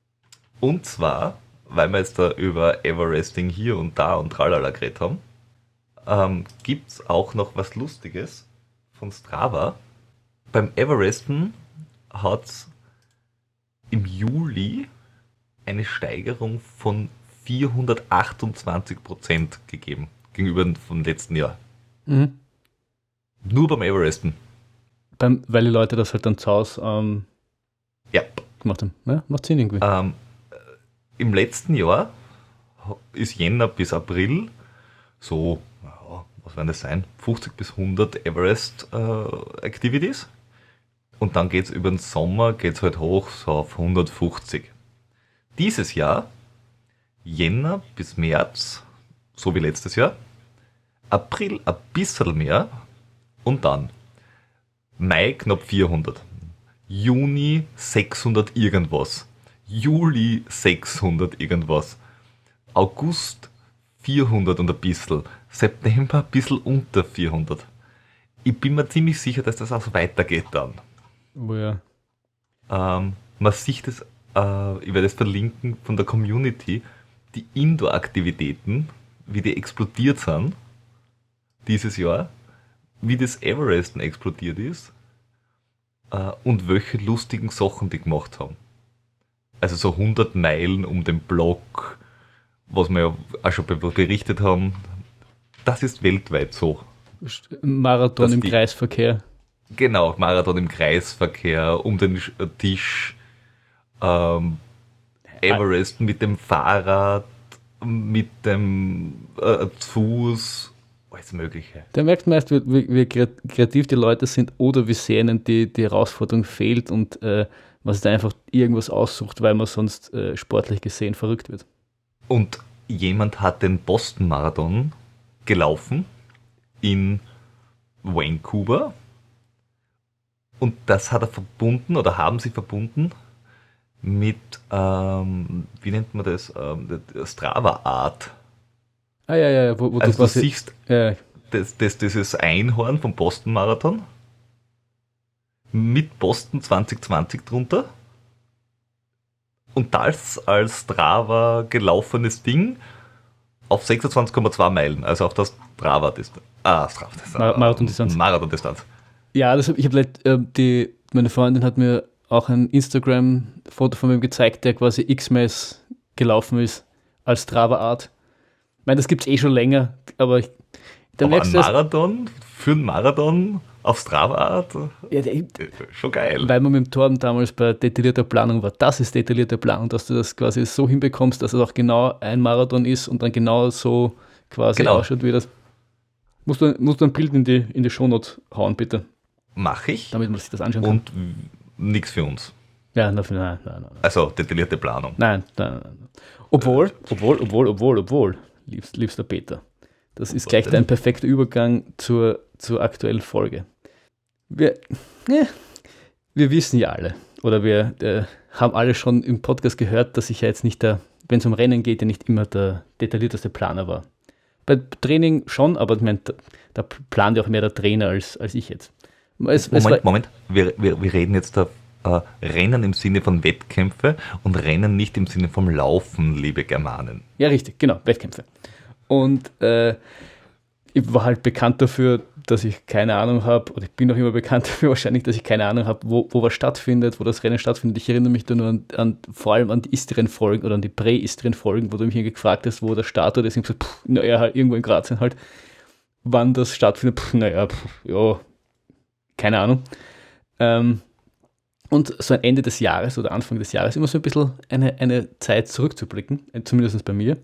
[SPEAKER 2] Und zwar, weil wir jetzt da über Everesting hier und da und tralala geredet haben, ähm, gibt es auch noch was Lustiges von Strava. Beim Everesten hat es im Juli eine Steigerung von vierhundertachtundzwanzig Prozent gegeben gegenüber vom letzten Jahr.
[SPEAKER 1] Mhm.
[SPEAKER 2] Nur beim Everesten.
[SPEAKER 1] Beim, weil die Leute das halt dann zu Hause ähm,
[SPEAKER 2] Ja.
[SPEAKER 1] gemacht haben. Ja, macht Sinn irgendwie.
[SPEAKER 2] Ähm, Im letzten Jahr ist Jänner bis April so, ja, was werden das sein, fünfzig bis hundert Everest-Activities. Und dann geht es über den Sommer, geht es halt hoch so auf hundertfünfzig. Dieses Jahr, Jänner bis März, so wie letztes Jahr, April ein bisschen mehr und dann Mai knapp vierhundert, Juni sechshundert irgendwas, Juli sechshundert irgendwas, August vierhundert und ein bisschen, September ein bisschen unter vierhundert. Ich bin mir ziemlich sicher, dass das auch weitergeht dann.
[SPEAKER 1] Oh ja.
[SPEAKER 2] Ähm, man sieht es, äh, ich werde es verlinken von der Community, die Indoor-Aktivitäten, wie die explodiert sind dieses Jahr, wie das Everesten explodiert ist äh, und welche lustigen Sachen die gemacht haben. Also so hundert Meilen um den Block, was wir ja auch schon berichtet haben, das ist weltweit so.
[SPEAKER 1] Marathon
[SPEAKER 2] Dass
[SPEAKER 1] im
[SPEAKER 2] die-
[SPEAKER 1] Kreisverkehr.
[SPEAKER 2] Genau, Marathon im Kreisverkehr, um den Sch- Tisch, ähm, Everest mit dem Fahrrad, mit dem äh, zu Fuß, alles Mögliche.
[SPEAKER 1] Da merkt man erst, wie, wie, wie kreativ die Leute sind oder wie sehr ihnen die, die Herausforderung fehlt und äh, man sich da einfach irgendwas aussucht, weil man sonst äh, sportlich gesehen verrückt wird.
[SPEAKER 2] Und jemand hat den Boston-Marathon gelaufen in Vancouver und das hat er verbunden oder haben sie verbunden mit, ähm, wie nennt man das, ähm, der Strava-Art.
[SPEAKER 1] Ah ja, ja, ja, wo, wo
[SPEAKER 2] Also
[SPEAKER 1] du
[SPEAKER 2] du
[SPEAKER 1] quasi...
[SPEAKER 2] siehst
[SPEAKER 1] ja,
[SPEAKER 2] das, das, dieses Einhorn vom Boston-Marathon mit Boston zwanzig zwanzig drunter und das als Strava gelaufenes Ding auf sechsundzwanzig Komma zwei Meilen, also auf das Strava-Distanz. Ah, Strava-Distanz.
[SPEAKER 1] Mar- Marathon-Distanz.
[SPEAKER 2] Marathon-Distanz.
[SPEAKER 1] ja das hab, ich habe äh, die meine Freundin hat mir auch ein Instagram-Foto von ihm gezeigt, der quasi X-Mess gelaufen ist als Strava-Art. Ich meine, das gibt es eh schon länger, aber ich, da
[SPEAKER 2] Aber ein
[SPEAKER 1] merkst du, dass,
[SPEAKER 2] Marathon, für einen Marathon auf Strava-Art,
[SPEAKER 1] ja, der,
[SPEAKER 2] äh, schon geil.
[SPEAKER 1] weil man mit dem Torben damals bei detaillierter Planung war. Das ist detaillierte Planung, dass du das quasi so hinbekommst, dass es auch genau ein Marathon ist und dann genau so quasi
[SPEAKER 2] Genau.
[SPEAKER 1] ausschaut wie das. Musst du, musst du ein Bild in die, in die Shownote hauen, bitte,
[SPEAKER 2] Mache ich
[SPEAKER 1] damit man sich das anschauen kann.
[SPEAKER 2] und nichts für uns.
[SPEAKER 1] Ja, nein, nein, nein, nein.
[SPEAKER 2] Also detaillierte Planung.
[SPEAKER 1] Nein, nein, nein. nein. Obwohl, obwohl, obwohl, obwohl, obwohl, liebst, liebster Peter, das ist
[SPEAKER 2] Was
[SPEAKER 1] gleich
[SPEAKER 2] denn?
[SPEAKER 1] ein perfekter Übergang zur, zur aktuellen Folge. Wir, ja, wir wissen ja alle, oder wir äh, haben alle schon im Podcast gehört, dass ich ja jetzt nicht der, wenn es um Rennen geht, ja nicht immer der detaillierteste Planer war. Bei Training schon, aber ich meine, da, da plant ja auch mehr der Trainer als, als ich jetzt. Es, es war,
[SPEAKER 2] Moment, Moment. Wir, wir, wir reden jetzt da äh, Rennen im Sinne von Wettkämpfe und Rennen nicht im Sinne vom Laufen, liebe Germanen.
[SPEAKER 1] Ja, richtig, genau, Wettkämpfe. Und äh, ich war halt bekannt dafür, dass ich keine Ahnung habe, oder ich bin noch immer bekannt dafür wahrscheinlich, dass ich keine Ahnung habe, wo, wo was stattfindet, wo das Rennen stattfindet. Ich erinnere mich da nur an, an vor allem an die Istrien-Folgen oder an die Prä-Istrien-Folgen, wo du mich hier gefragt hast, wo der Startort ist. Und ich habe gesagt, pff, naja, halt irgendwo in Grazien halt. Wann das stattfindet, pff, naja, pff, ja, keine Ahnung. Ähm, und so ein Ende des Jahres oder Anfang des Jahres immer so ein bisschen eine, eine Zeit zurückzublicken, äh, zumindest bei mir.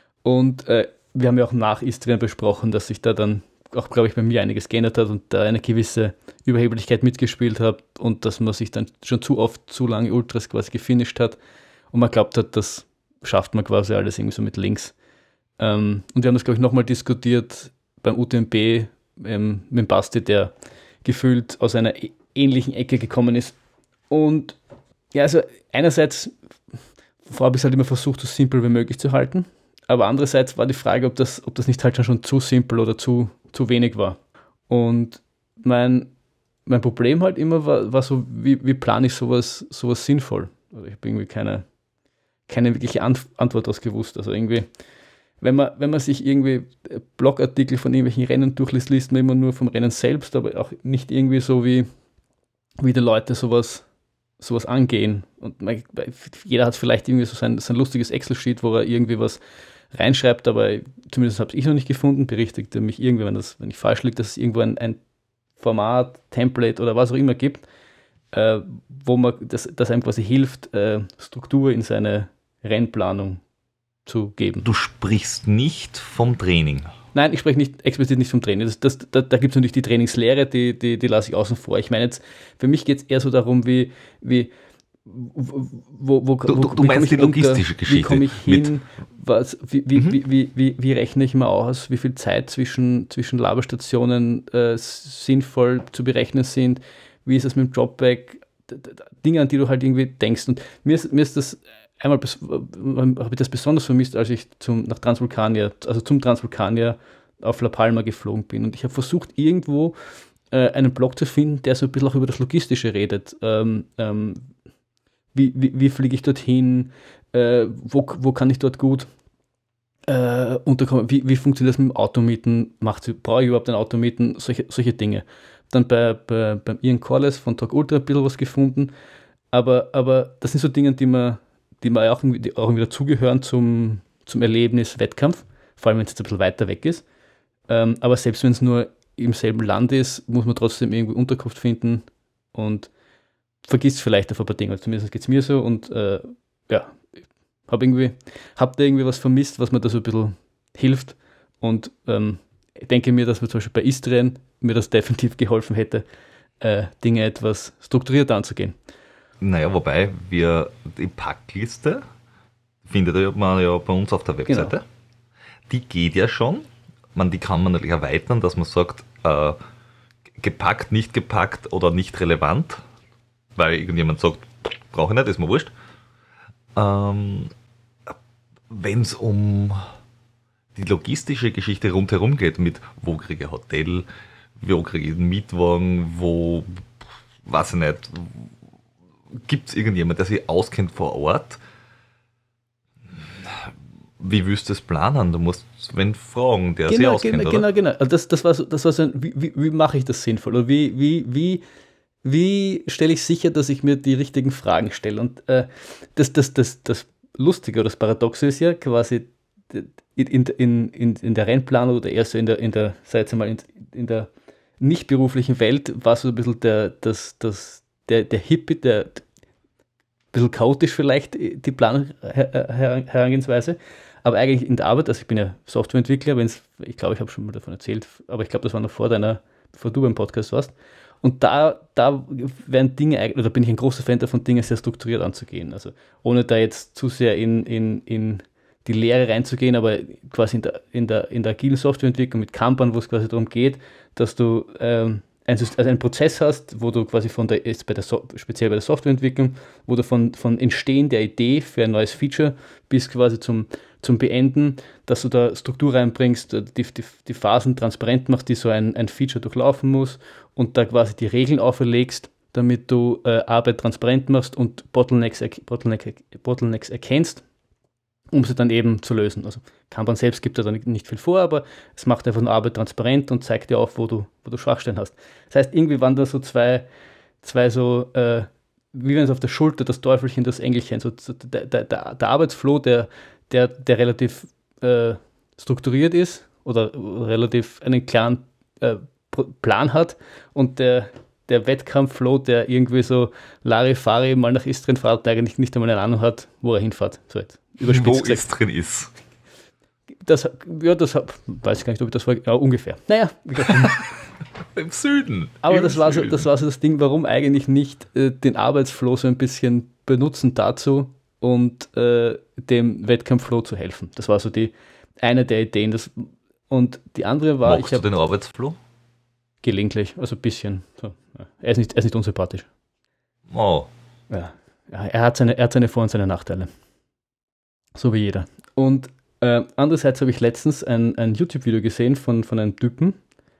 [SPEAKER 1] Und äh, wir haben ja auch nach Istrien besprochen, dass sich da dann auch, glaube ich, bei mir einiges geändert hat und da eine gewisse Überheblichkeit mitgespielt hat und dass man sich dann schon zu oft zu lange Ultras quasi gefinisht hat und man glaubt hat, das schafft man quasi alles irgendwie so mit links. Ähm, und wir haben das, glaube ich, nochmal diskutiert beim U T M B ähm, mit dem Basti, der gefühlt aus einer ä- ähnlichen Ecke gekommen ist. Und ja, also einerseits vorher habe ich es halt immer versucht, so simpel wie möglich zu halten. aber andererseits war die Frage, ob das, ob das nicht halt schon zu simpel oder zu, zu wenig war. Und mein, mein Problem halt immer war, war so, wie, wie plane ich sowas, sowas sinnvoll? Also ich habe irgendwie keine, keine wirkliche Ant- Antwort daraus gewusst. Also irgendwie, wenn man, wenn man sich irgendwie Blogartikel von irgendwelchen Rennen durchliest, liest man immer nur vom Rennen selbst, aber auch nicht irgendwie so, wie, wie die Leute sowas, sowas angehen. Und man, jeder hat vielleicht irgendwie so sein, sein lustiges Excel-Sheet, wo er irgendwie was reinschreibt, aber zumindest habe ich noch nicht gefunden, berichtigte mich irgendwie, wenn, das, wenn ich falsch liege, dass es irgendwo ein, ein Format, Template oder was auch immer gibt, äh, wo man das, das einem quasi hilft, äh, Struktur in seine Rennplanung zu geben.
[SPEAKER 2] Du sprichst nicht vom Training.
[SPEAKER 1] Nein, ich spreche nicht explizit nicht vom Training. Das, das, da da gibt es natürlich die Trainingslehre, die, die, die lasse ich außen vor. Ich meine jetzt, für mich geht es eher so darum, wie, wie wo, wo,
[SPEAKER 2] du,
[SPEAKER 1] wo,
[SPEAKER 2] du, du meinst die logistische
[SPEAKER 1] unter,
[SPEAKER 2] Geschichte.
[SPEAKER 1] Wie komme ich hin? Was, wie, wie, mhm. wie, wie, wie, wie rechne ich mal aus, wie viel Zeit zwischen, zwischen Laberstationen äh, sinnvoll zu berechnen sind? Wie ist das mit dem Dropback? Dinge, an die du halt irgendwie denkst. Und mir ist, mir ist das einmal habe ich das besonders vermisst, als ich zum, nach Transvulkania, also zum Transvulkania auf La Palma geflogen bin. Und ich habe versucht, irgendwo äh, einen Blog zu finden, der so ein bisschen auch über das Logistische redet. Ähm, ähm, wie, wie, wie fliege ich dorthin? Äh, wo, wo kann ich dort gut äh, unterkommen? Wie, wie funktioniert das mit dem Automieten? Macht, brauche ich überhaupt ein Automieten? Solche, solche Dinge. Dann bei, bei, beim Ian Corliss von Talk Ultra ein bisschen was gefunden. Aber, aber das sind so Dinge, die man die man auch irgendwie, die auch irgendwie dazugehören zum, zum Erlebnis Wettkampf, vor allem wenn es jetzt ein bisschen weiter weg ist. Ähm, aber selbst wenn es nur im selben Land ist, muss man trotzdem irgendwie Unterkunft finden und vergisst vielleicht auf ein paar Dinge. Also zumindest geht es mir so und äh, ja, habe irgendwie, hab da irgendwie was vermisst, was mir da so ein bisschen hilft und ähm, ich denke mir, dass mir zum Beispiel bei Istrien mir das definitiv geholfen hätte, äh, Dinge etwas strukturiert anzugehen.
[SPEAKER 2] Naja, wobei wir die Packliste findet man ja bei uns auf der Webseite. Genau. Die geht ja schon. Man, die kann man natürlich erweitern, dass man sagt, äh, gepackt, nicht gepackt oder nicht relevant, weil irgendjemand sagt, brauche ich nicht, ist mir wurscht. Ähm, wenn es um die logistische Geschichte rundherum geht, mit wo kriege ich Hotel, wo kriege ich einen Mietwagen, wo, weiß ich nicht, gibt es irgendjemand, der sich auskennt vor Ort? Wie willst du es planen? Du musst wen fragen, der
[SPEAKER 1] genau,
[SPEAKER 2] sich auskennt,
[SPEAKER 1] genau,
[SPEAKER 2] oder?
[SPEAKER 1] Genau, genau. Also das, das war so, das war so ein, wie, wie, wie mache ich das sinnvoll? Oder wie, wie, wie, wie stelle ich sicher, dass ich mir die richtigen Fragen stelle? Und äh, das, das, das, das Lustige oder das Paradoxe ist ja quasi in, in, in, in der Rennplanung oder eher so in der, in der, sag mal, in, in der nicht beruflichen Welt war so ein bisschen der, das, das Der, der Hippie, der ein bisschen chaotisch vielleicht die Planungsherangehensweise, aber eigentlich in der Arbeit, also ich bin ja Softwareentwickler, wenn's, ich glaube, ich habe schon mal davon erzählt, aber ich glaube, das war noch vor deiner, bevor du beim Podcast warst. Und da, da werden Dinge, oder bin ich ein großer Fan davon, Dinge sehr strukturiert anzugehen. Also ohne da jetzt zu sehr in, in, in die Lehre reinzugehen, aber quasi in der, in der, in der agilen Softwareentwicklung mit Kanban, wo es quasi darum geht, dass du ähm, Ein, also einen Prozess hast, wo du quasi von der, ist bei der so, speziell bei der Softwareentwicklung, wo du von, von Entstehen der Idee für ein neues Feature bis quasi zum, zum Beenden, dass du da Struktur reinbringst, die, die, die Phasen transparent machst, die so ein, ein Feature durchlaufen muss und da quasi die Regeln auferlegst, damit du äh, Arbeit transparent machst und Bottlenecks, Bottleneck, Bottlenecks erkennst, um sie dann eben zu lösen. Also Kanban selbst gibt da dann nicht viel vor, aber es macht einfach nur Arbeit transparent und zeigt dir auf, wo du, wo du Schwachstellen hast. Das heißt, irgendwie waren da so zwei, zwei so, äh, wie wenn es auf der Schulter das Teufelchen, das Engelchen, so, so der, der, der Arbeitsflow, der, der, der relativ äh, strukturiert ist oder relativ einen klaren äh, Plan hat und der der Wettkampfflow, der irgendwie so Larifari mal nach Istrien fährt, der eigentlich nicht einmal eine Ahnung hat, wo er hinfährt. So jetzt
[SPEAKER 2] überspitzt wo Istrien ist.
[SPEAKER 1] Das, ja, das weiß ich gar nicht, ob ich das war. Ja, ungefähr. Naja.
[SPEAKER 2] Im Süden.
[SPEAKER 1] Aber
[SPEAKER 2] Im
[SPEAKER 1] das, war so,
[SPEAKER 2] Süden.
[SPEAKER 1] das war so das Ding, warum eigentlich nicht äh, den Arbeitsflow so ein bisschen benutzen dazu und äh, dem Wettkampfflow zu helfen. Das war so die eine der Ideen. Das, und die andere war...
[SPEAKER 2] Magst
[SPEAKER 1] ich hab,
[SPEAKER 2] du den Arbeitsflow?
[SPEAKER 1] Gelegentlich, also ein bisschen. So, ja. er, ist nicht, er ist nicht unsympathisch.
[SPEAKER 2] Oh.
[SPEAKER 1] Ja, ja er, hat seine, er hat seine Vor- und seine Nachteile. So wie jeder. Und Äh, andererseits habe ich letztens ein, ein YouTube-Video gesehen von, von einem Typen,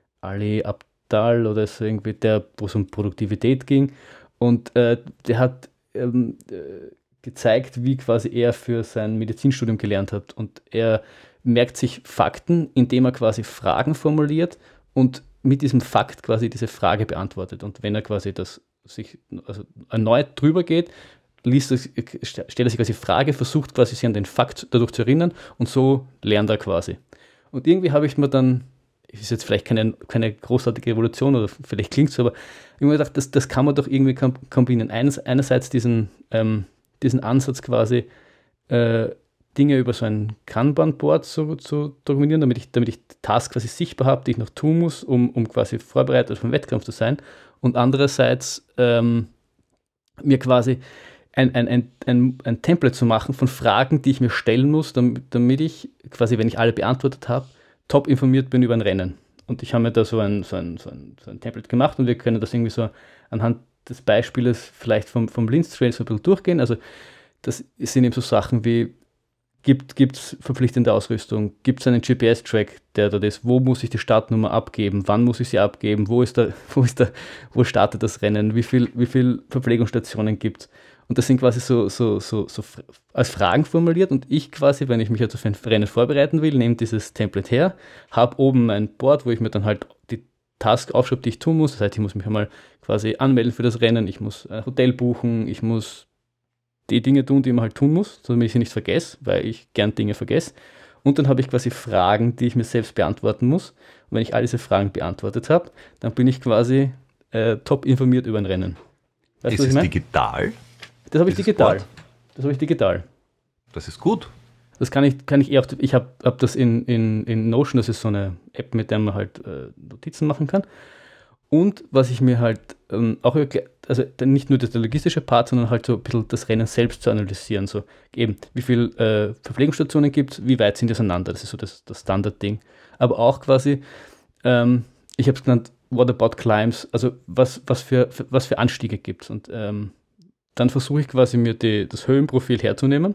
[SPEAKER 1] Ali Abdal oder so irgendwie, der, wo es um Produktivität ging. Und äh, der hat ähm, äh, gezeigt, wie quasi er für sein Medizinstudium gelernt hat. Und er merkt sich Fakten, indem er quasi Fragen formuliert und mit diesem Fakt quasi diese Frage beantwortet. Und wenn er quasi das sich also erneut drüber geht, liest es, stellt er sich quasi Frage, versucht quasi sich an den Fakt dadurch zu erinnern und so lernt er quasi. Und irgendwie habe ich mir dann, ist jetzt vielleicht keine, keine großartige Revolution oder vielleicht klingt es so, aber ich habe mir gedacht, das, das kann man doch irgendwie kombinieren. Eines, einerseits diesen, ähm, diesen Ansatz quasi, äh, Dinge über so ein Kanban-Board zu, zu dokumentieren, damit ich, damit ich Tasks quasi sichtbar habe, die ich noch tun muss, um, um quasi vorbereitet für den Wettkampf zu sein. Und andererseits ähm, mir quasi ein, ein, ein, ein, ein Template zu machen von Fragen, die ich mir stellen muss, damit, damit ich quasi, wenn ich alle beantwortet habe, top informiert bin über ein Rennen. Und ich habe mir da so ein, so, ein, so, ein, so ein Template gemacht und wir können das irgendwie so anhand des Beispieles vielleicht vom, vom Linz Trail so ein bisschen durchgehen. Also das sind eben so Sachen wie, Gibt es verpflichtende Ausrüstung? Gibt es einen G P S-Track, der dort ist? Wo muss ich die Startnummer abgeben? Wann muss ich sie abgeben? Wo ist der, wo ist der, wo startet das Rennen? Wie viel, wie viel Verpflegungsstationen gibt es? Und das sind quasi so, so, so, so als Fragen formuliert und ich quasi, wenn ich mich jetzt auf ein Rennen vorbereiten will, nehme dieses Template her, habe oben ein Board, wo ich mir dann halt die Task aufschreibe, die ich tun muss. Das heißt, ich muss mich einmal quasi anmelden für das Rennen, ich muss ein Hotel buchen, ich muss die Dinge tun, die man halt tun muss, damit ich sie nicht vergesse, weil ich gern Dinge vergesse. Und dann habe ich quasi Fragen, die ich mir selbst beantworten muss. Und wenn ich all diese Fragen beantwortet habe, dann bin ich quasi äh, top informiert über ein Rennen.
[SPEAKER 2] Weißt ist es digital?
[SPEAKER 1] Das habe ich digital. Board? Das habe ich digital.
[SPEAKER 2] Das ist gut.
[SPEAKER 1] Das kann ich, kann ich eher auf, ich habe hab das in, in, in Notion, das ist so eine App, mit der man halt äh, Notizen machen kann. Und was ich mir halt ähm, auch, also nicht nur der logistische Part, sondern halt so ein bisschen das Rennen selbst zu analysieren. So eben, wie viele äh, Verpflegungsstationen gibt es, wie weit sind die auseinander, das ist so das, das Standardding. Aber auch quasi, ähm, ich habe es genannt, what about climbs, also was, was, für, was für Anstiege gibt es. Und ähm, dann versuche ich quasi mir die, das Höhenprofil herzunehmen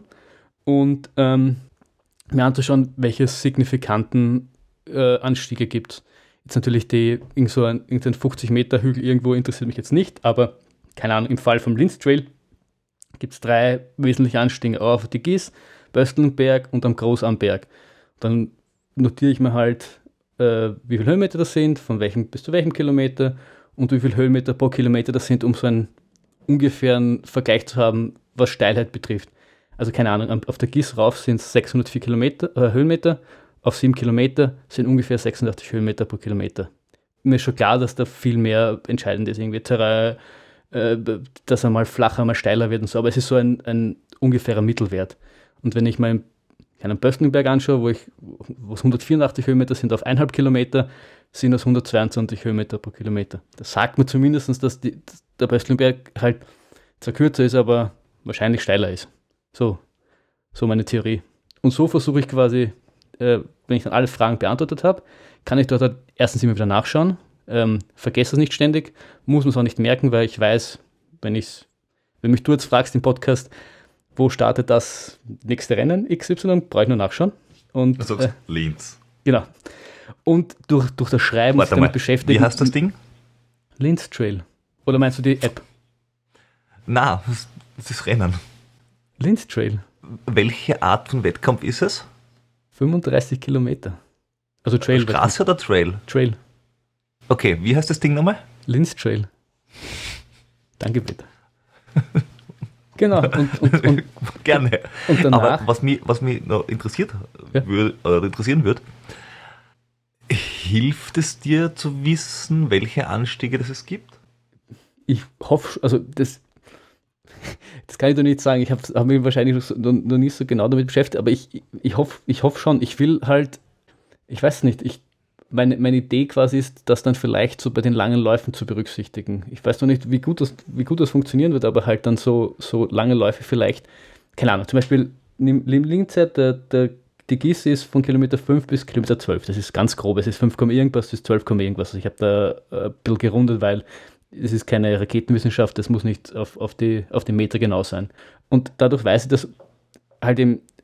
[SPEAKER 1] und ähm, mir anzuschauen, welche signifikanten äh, Anstiege gibt es. Jetzt natürlich die, irgend so ein, irgendein fünfzig Meter Hügel irgendwo interessiert mich jetzt nicht, aber keine Ahnung, im Fall vom Linz Trail gibt es drei wesentliche Anstiege auf die Gieß, Böstelnberg und am Großamberg. Dann notiere ich mir halt, äh, wie viele Höhenmeter das sind, von welchem bis zu welchem Kilometer und wie viele Höhenmeter pro Kilometer das sind, um so einen ungefähren Vergleich zu haben, was Steilheit betrifft. Also keine Ahnung, auf der Gieß rauf sind es sechshundertvier Kilometer, äh, Höhenmeter, auf sieben Kilometer sind ungefähr sechsundachtzig Höhenmeter pro Kilometer. Mir ist schon klar, dass da viel mehr entscheidend ist, irgendwie Terrain, äh, dass er mal flacher, mal steiler wird und so, aber es ist so ein, ein ungefährer Mittelwert. Und wenn ich mal einen Böstelnberg anschaue, wo ich, wo es hundertvierundachtzig Höhenmeter sind auf eineinhalb Kilometer, sind das hundertzweiundzwanzig Höhenmeter pro Kilometer. Das sagt mir zumindest, dass, die, dass der Böstelnberg halt zwar kürzer ist, aber wahrscheinlich steiler ist. So, so meine Theorie. Und so versuche ich quasi, äh, wenn ich dann alle Fragen beantwortet habe, kann ich dort halt erstens immer wieder nachschauen, ähm, vergesse es nicht ständig, muss man es auch nicht merken, weil ich weiß, wenn ich's, wenn mich du jetzt fragst im Podcast, wo startet das nächste Rennen X Y, brauche ich nur nachschauen. Und,
[SPEAKER 2] also äh, Linz.
[SPEAKER 1] Genau. Und durch, durch das Schreiben
[SPEAKER 2] Warte
[SPEAKER 1] sich damit
[SPEAKER 2] mal,
[SPEAKER 1] beschäftigen.
[SPEAKER 2] wie heißt das Ding?
[SPEAKER 1] Linz Trail. Oder meinst du die App?
[SPEAKER 2] Na, das ist Rennen.
[SPEAKER 1] Linz Trail.
[SPEAKER 2] Welche Art von Wettkampf ist es?
[SPEAKER 1] fünfunddreißig Kilometer. Also Trail.
[SPEAKER 2] Straße oder Trail?
[SPEAKER 1] Trail.
[SPEAKER 2] Okay, wie heißt das Ding nochmal?
[SPEAKER 1] Linz Trail. Danke bitte. Genau. Und, und, und,
[SPEAKER 2] Gerne.
[SPEAKER 1] Und danach,
[SPEAKER 2] aber was mich, was mich noch interessiert
[SPEAKER 1] ja.
[SPEAKER 2] würd, oder interessieren würde, hilft es dir zu wissen, welche Anstiege das es gibt?
[SPEAKER 1] Ich hoffe, also das, das kann ich doch nicht sagen. Ich habe hab mich wahrscheinlich noch, noch nicht so genau damit beschäftigt, aber ich, ich hoffe ich hoff schon. Ich will halt, ich weiß nicht, ich, meine, meine Idee quasi ist, das dann vielleicht so bei den langen Läufen zu berücksichtigen. Ich weiß noch nicht, wie gut das, wie gut das funktionieren wird, aber halt dann so, so lange Läufe vielleicht, keine Ahnung, zum Beispiel im Linzeit, der, der, die Gieß ist von Kilometer fünf bis Kilometer zwölf. Das ist ganz grob. Es ist fünf, irgendwas, das ist zwölf, irgendwas. Also ich habe da ein bisschen gerundet, weil es ist keine Raketenwissenschaft, das muss nicht auf, auf, die, auf den Meter genau sein. Und dadurch weiß ich, dass halt eben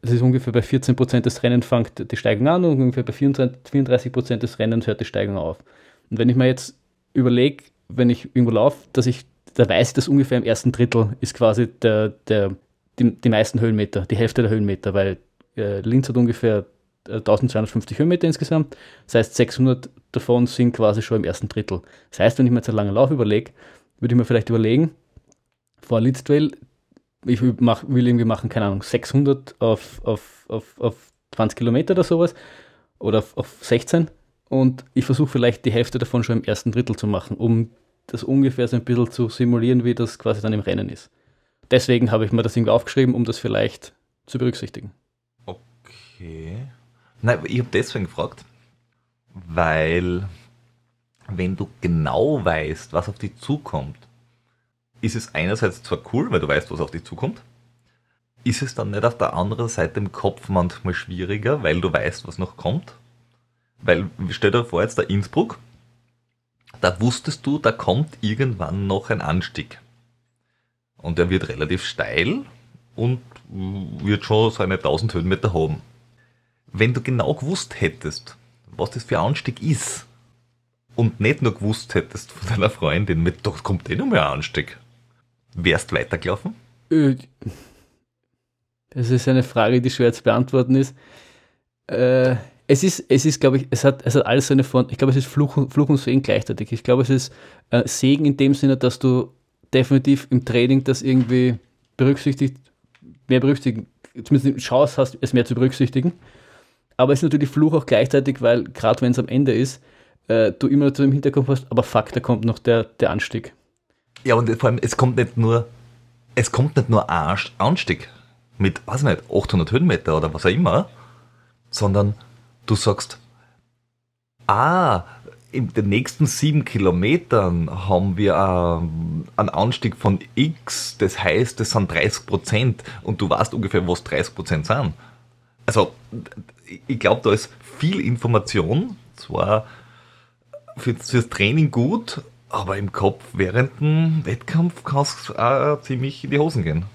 [SPEAKER 1] es ist ungefähr bei vierzehn Prozent des Rennens fängt die Steigung an und ungefähr bei vierunddreißig Prozent des Rennens hört die Steigung auf. Und wenn ich mir jetzt überlege, wenn ich irgendwo laufe, dass ich, da weiß ich, dass ungefähr im ersten Drittel ist quasi der, der, die, die meisten Höhenmeter, die Hälfte der Höhenmeter, weil äh, Linz hat ungefähr eintausendzweihundertfünfzig Höhenmeter insgesamt. Das heißt, sechshundert davon sind quasi schon im ersten Drittel. Das heißt, wenn ich mir jetzt einen langen Lauf überlege, würde ich mir vielleicht überlegen, vor Linz Trail, ich will, mach, will irgendwie machen, keine Ahnung, sechshundert auf, auf, auf, auf zwanzig Kilometer oder sowas oder auf, auf sechzehn und ich versuche vielleicht die Hälfte davon schon im ersten Drittel zu machen, um das ungefähr so ein bisschen zu simulieren, wie das quasi dann im Rennen ist. Deswegen habe ich mir das irgendwie aufgeschrieben, um das vielleicht zu berücksichtigen.
[SPEAKER 2] Okay. Nein, ich habe deswegen gefragt, weil wenn du genau weißt, was auf dich zukommt, ist es einerseits zwar cool, weil du weißt, was auf dich zukommt, ist es dann nicht auf der anderen Seite im Kopf manchmal schwieriger, weil du weißt, was noch kommt? Weil, stell dir vor, jetzt der Innsbruck, da wusstest du, da kommt irgendwann noch ein Anstieg. Und der wird relativ steil und wird schon seine tausend Höhenmeter haben. Wenn du genau gewusst hättest, was das für ein Anstieg ist, und nicht nur gewusst hättest von deiner Freundin, mit, doch kommt eh noch mal ein Anstieg, wärst du weitergelaufen?
[SPEAKER 1] Das ist eine Frage, die schwer zu beantworten ist. Äh, es ist, es ist, glaube ich, es hat, es hat alles seine Vor- Ich glaube, es ist Fluch, Fluch und Segen gleichzeitig. Ich glaube, es ist äh, Segen in dem Sinne, dass du definitiv im Training das irgendwie berücksichtigt, mehr berücksichtigen, zumindest Chance hast, es mehr zu berücksichtigen. Aber es ist natürlich Fluch auch gleichzeitig, weil gerade wenn es am Ende ist, äh, du immer zu dem Hinterkopf hast, aber fuck, da kommt noch der, der Anstieg.
[SPEAKER 2] Ja, und vor allem, es kommt nicht nur, es kommt nicht nur ein Anstieg mit, weiß ich nicht, achthundert Höhenmeter oder was auch immer, sondern du sagst, ah, in den nächsten sieben Kilometern haben wir äh, einen Anstieg von X, das heißt, das sind dreißig Prozent und du weißt ungefähr, was dreißig Prozent sind. Also, ich glaube, da ist viel Information, zwar für, fürs Training gut, aber im Kopf während dem Wettkampf kann es auch ziemlich in die Hosen gehen.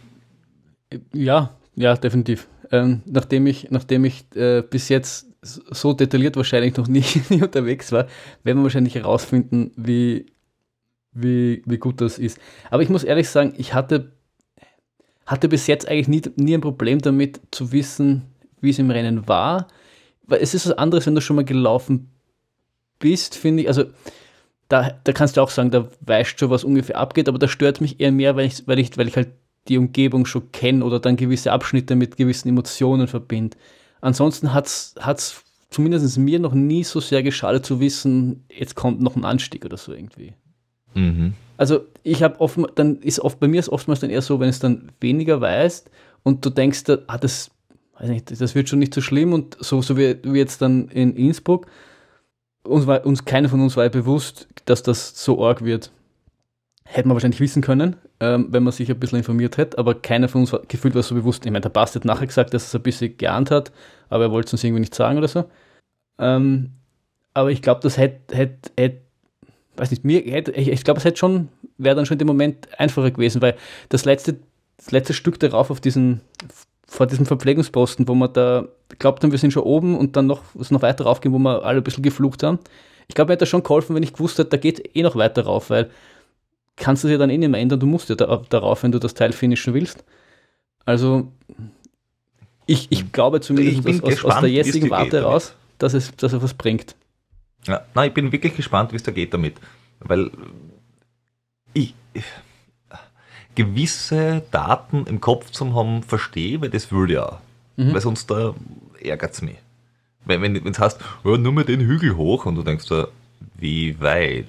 [SPEAKER 1] Ja, ja, definitiv. Ähm, nachdem ich, nachdem ich äh, bis jetzt so detailliert wahrscheinlich noch nie, nie unterwegs war, werden wir wahrscheinlich herausfinden, wie, wie, wie gut das ist. Aber ich muss ehrlich sagen, ich hatte, hatte bis jetzt eigentlich nie, nie ein Problem damit zu wissen, wie es im Rennen war. Weil es ist was anderes, wenn du schon mal gelaufen bist, finde ich. Also da, da kannst du auch sagen, da weißt du schon, was ungefähr abgeht, aber das stört mich eher mehr, weil ich, weil ich, weil ich halt die Umgebung schon kenne oder dann gewisse Abschnitte mit gewissen Emotionen verbinde. Ansonsten hat es zumindest mir noch nie so sehr geschadet zu wissen, jetzt kommt noch ein Anstieg oder so irgendwie.
[SPEAKER 2] Mhm.
[SPEAKER 1] Also ich habe oft, dann ist oft, bei mir ist oftmals dann eher so, wenn es dann weniger weißt und du denkst, ah, das, weiß nicht, das wird schon nicht so schlimm und so, so wie, wie jetzt dann in Innsbruck, uns, war, uns keiner von uns war ja bewusst, dass das so arg wird. Hätte man wahrscheinlich wissen können, ähm, wenn man sich ein bisschen informiert hätte, aber keiner von uns war, gefühlt war so bewusst. Ich meine, der Bast hat nachher gesagt, dass er es ein bisschen geahnt hat, aber er wollte es uns irgendwie nicht sagen oder so. Ähm, aber ich glaube, das hätte, hätte, hätte, weiß nicht, mir hätte, ich, ich glaube, es hätte schon, wäre dann schon in dem Moment einfacher gewesen, weil das letzte, das letzte Stück darauf auf diesen, vor diesem Verpflegungsposten, wo wir da glaubt haben, wir sind schon oben und dann noch, es noch weiter raufgehen, wo wir alle ein bisschen geflucht haben. Ich glaube, mir hätte das schon geholfen, wenn ich gewusst hätte, da geht eh noch weiter rauf, weil kannst du dir dann eh nicht mehr ändern, du musst ja da, darauf, wenn du das Teil finishen willst. Also ich, ich glaube zumindest
[SPEAKER 2] ich
[SPEAKER 1] aus,
[SPEAKER 2] gespannt,
[SPEAKER 1] aus der jetzigen Warte raus,
[SPEAKER 2] damit.
[SPEAKER 1] dass es, dass es was bringt.
[SPEAKER 2] Ja, nein, ich bin wirklich gespannt, wie es da geht damit. Weil ich, ich gewisse Daten im Kopf zu haben, verstehe, weil das will ja. Mhm. Weil sonst da ärgert es mich. Weil wenn es heißt, oh, nur mal den Hügel hoch und du denkst da, wie weit?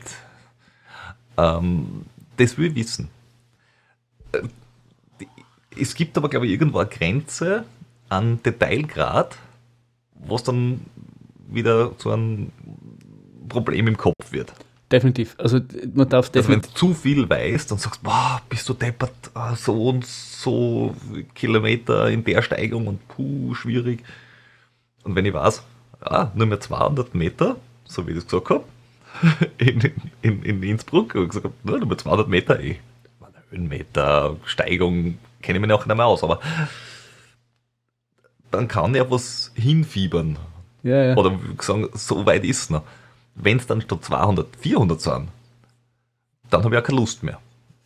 [SPEAKER 2] Ähm, das will ich wissen. Es gibt aber, glaube ich, irgendwo eine Grenze an Detailgrad, was dann wieder zu einem Problem im Kopf wird.
[SPEAKER 1] Definitiv. Also man darf definitiv.
[SPEAKER 2] Also wenn du zu viel weißt und sagst, boah, bist du deppert, so und so Kilometer in der Steigung und puh, schwierig. Und wenn ich weiß, ja, nur mehr zweihundert Meter, so wie ich das gesagt habe, in, in, in Innsbruck, und gesagt habe, nur mehr zweihundert Meter, eh. Höhenmeter, Steigung, kenne ich mich noch nicht mehr aus, aber dann kann ja was hinfiebern.
[SPEAKER 1] Ja, ja.
[SPEAKER 2] Oder sagen, so weit ist es noch. Wenn es dann statt zweihundert, vierhundert sind, dann habe ich auch keine Lust mehr.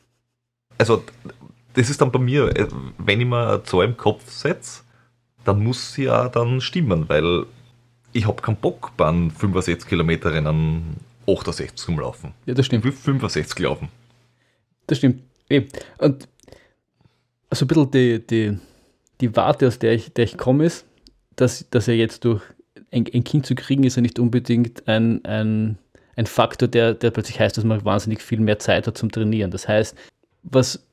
[SPEAKER 2] Also, das ist dann bei mir, äh, wenn ich mir eine Zahl im Kopf setze, dann muss sie ja dann stimmen, weil ich habe keinen Bock beim fünfundsechzig Kilometer Rennen achtundsechzig zum Laufen.
[SPEAKER 1] Ja, das stimmt.
[SPEAKER 2] Ich will fünfundsechzig laufen.
[SPEAKER 1] Das stimmt. Eben. Und also ein bisschen die, die, die Warte, aus der ich, der ich komme, ist, dass, dass er jetzt durch ein, ein Kind zu kriegen, ist ja nicht unbedingt ein, ein, ein Faktor, der, der plötzlich heißt, dass man wahnsinnig viel mehr Zeit hat zum Trainieren. Das heißt, was